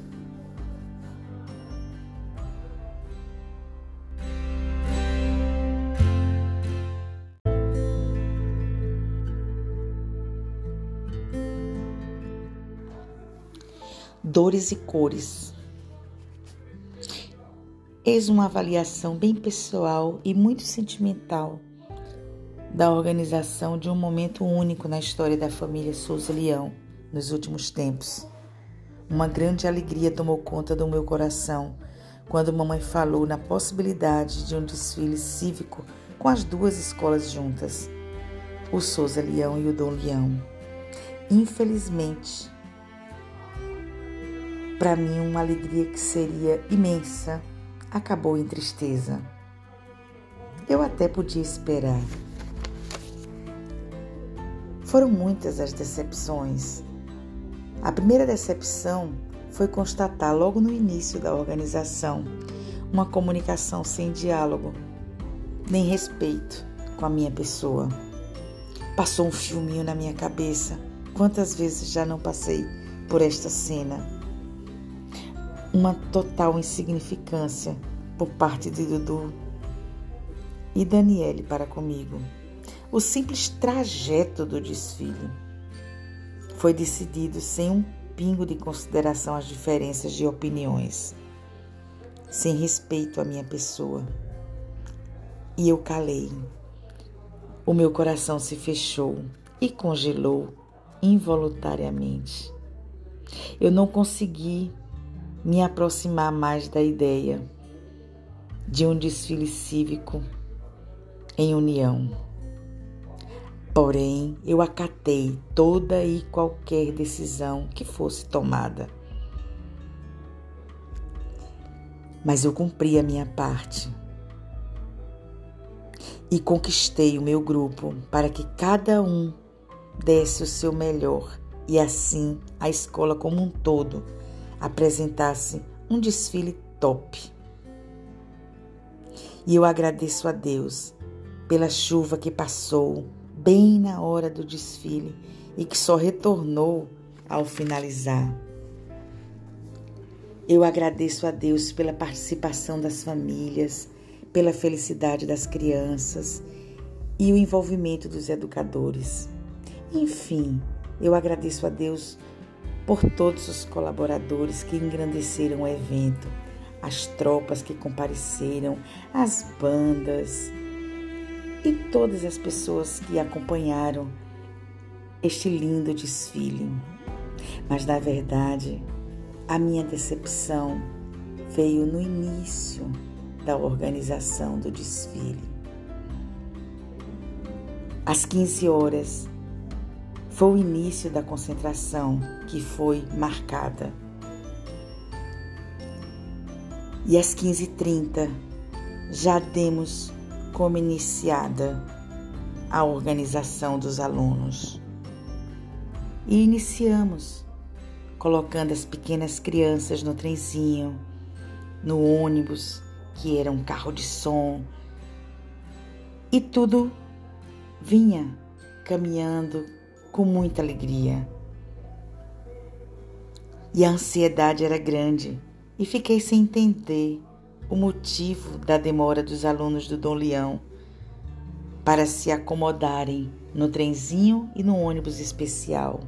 Dores e cores. Eis uma avaliação bem pessoal e muito sentimental da organização de um momento único na história da família Souza Leão nos últimos tempos. Uma grande alegria tomou conta do meu coração quando mamãe falou na possibilidade de um desfile cívico com as duas escolas juntas, o Souza Leão e o Dom Leão. Infelizmente, para mim, uma alegria que seria imensa acabou em tristeza. Eu até podia esperar. Foram muitas as decepções. A primeira decepção foi constatar logo no início da organização uma comunicação sem diálogo, nem respeito com a minha pessoa. Passou um filminho na minha cabeça. Quantas vezes já não passei por esta cena? Uma total insignificância por parte de Dudu e Daniele para comigo. O simples trajeto do desfile foi decidido sem um pingo de consideração às diferenças de opiniões, sem respeito à minha pessoa. E eu calei. O meu coração se fechou e congelou involuntariamente. Eu não consegui me aproximar mais da ideia de um desfile cívico em união. Porém, eu acatei toda e qualquer decisão que fosse tomada. Mas eu cumpri a minha parte e conquistei o meu grupo para que cada um desse o seu melhor e assim a escola como um todo apresentasse um desfile top. E eu agradeço a Deus pela chuva que passou bem na hora do desfile e que só retornou ao finalizar. Eu agradeço a Deus pela participação das famílias, pela felicidade das crianças e o envolvimento dos educadores. Enfim, eu agradeço a Deus por todos os colaboradores que engrandeceram o evento, as tropas que compareceram, as bandas e todas as pessoas que acompanharam este lindo desfile. Mas, na verdade, a minha decepção veio no início da organização do desfile. Às 15 horas, Foi o início da concentração que foi marcada. E às 15h30 já demos como iniciada a organização dos alunos. E iniciamos colocando as pequenas crianças no trenzinho, no ônibus, que era um carro de som, e tudo vinha caminhando com muita alegria. E a ansiedade era grande e fiquei sem entender o motivo da demora dos alunos do Dom Leão para se acomodarem no trenzinho e no ônibus especial.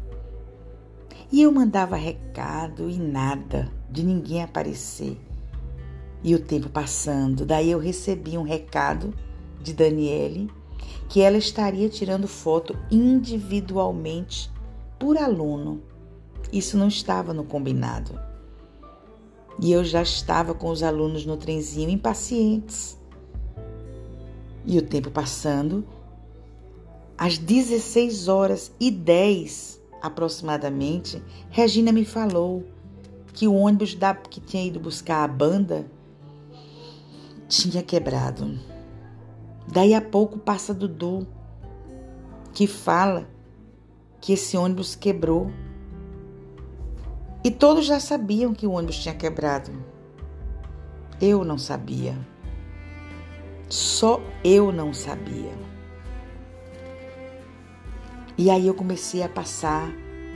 E eu mandava recado e nada de ninguém aparecer. E o tempo passando, daí eu recebi um recado de Daniele que ela estaria tirando foto individualmente por aluno. Isso não estava no combinado. E eu já estava com os alunos no trenzinho impacientes. E o tempo passando, às 16h10 aproximadamente, Regina me falou que o ônibus que tinha ido buscar a banda tinha quebrado. Daí a pouco passa Dudu, que fala que esse ônibus quebrou. E todos já sabiam que o ônibus tinha quebrado. Eu não sabia. Só eu não sabia. E aí eu comecei a passar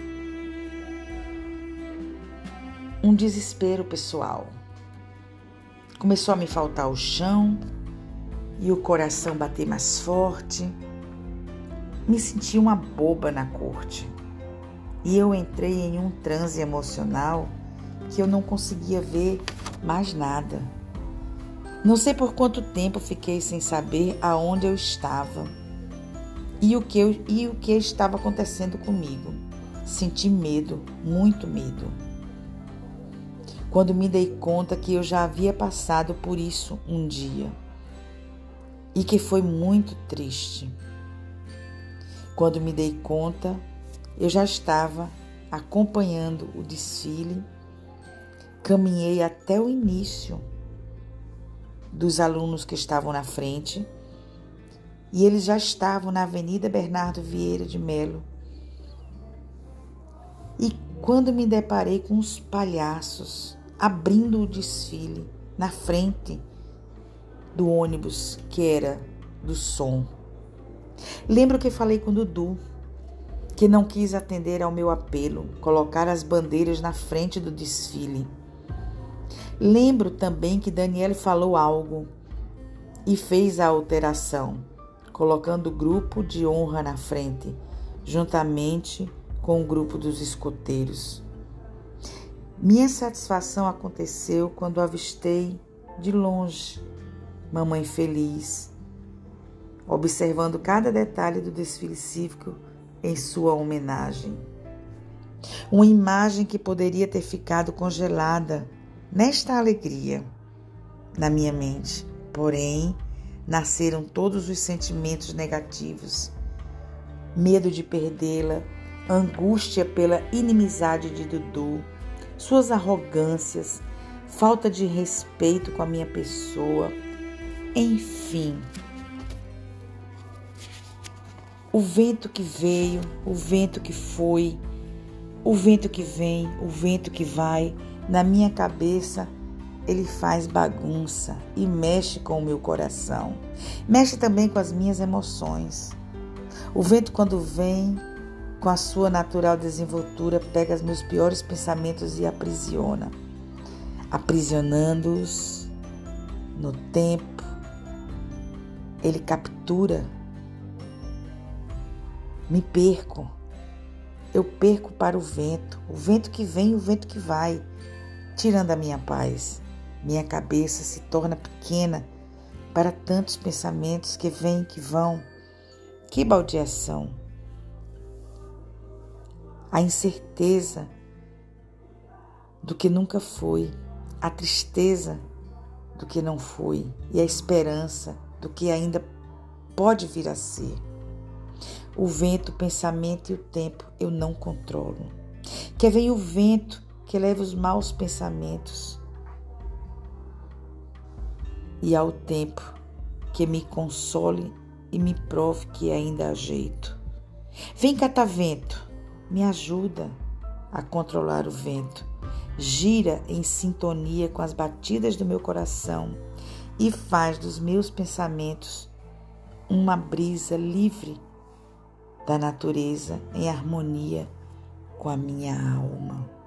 um desespero pessoal. Começou a me faltar o chão e o coração bater mais forte. Me senti uma boba na corte. E eu entrei em um transe emocional que eu não conseguia ver mais nada. Não sei por quanto tempo fiquei sem saber aonde eu estava e o que estava acontecendo comigo. Senti medo, muito medo. Quando me dei conta que eu já havia passado por isso um dia e que foi muito triste. Quando me dei conta, eu já estava acompanhando o desfile, caminhei até o início dos alunos que estavam na frente e eles já estavam na Avenida Bernardo Vieira de Melo. E quando me deparei com os palhaços abrindo o desfile na frente do ônibus que era do som. Lembro que falei com o Dudu, que não quis atender ao meu apelo, colocar as bandeiras na frente do desfile. Lembro também que Daniele falou algo e fez a alteração, colocando o grupo de honra na frente, juntamente com o grupo dos escoteiros. Minha satisfação aconteceu quando avistei de longe Mamãe Feliz, observando cada detalhe do desfile cívico em sua homenagem. Uma imagem que poderia ter ficado congelada nesta alegria na minha mente. Porém, nasceram todos os sentimentos negativos. Medo de perdê-la, angústia pela inimizade de Dudu, suas arrogâncias, falta de respeito com a minha pessoa, enfim. O vento que veio, o vento que foi, o vento que vem, o vento que vai, na minha cabeça, ele faz bagunça e mexe com o meu coração. Mexe também com as minhas emoções. O vento, quando vem, com a sua natural desenvoltura, pega os meus piores pensamentos e aprisiona. Aprisionando-os no tempo, ele captura. Me perco. Eu perco para o vento que vem, o vento que vai, tirando a minha paz. Minha cabeça se torna pequena para tantos pensamentos que vêm e que vão. Que baldeação! A incerteza do que nunca foi, a tristeza do que não foi e a esperança do que ainda pode vir a ser. O vento, o pensamento e o tempo eu não controlo. Que vem o vento que leva os maus pensamentos. E ao tempo que me console e me prove que ainda há jeito. Vem catavento, me ajuda a controlar o vento. Gira em sintonia com as batidas do meu coração e faz dos meus pensamentos uma brisa livre da natureza em harmonia com a minha alma.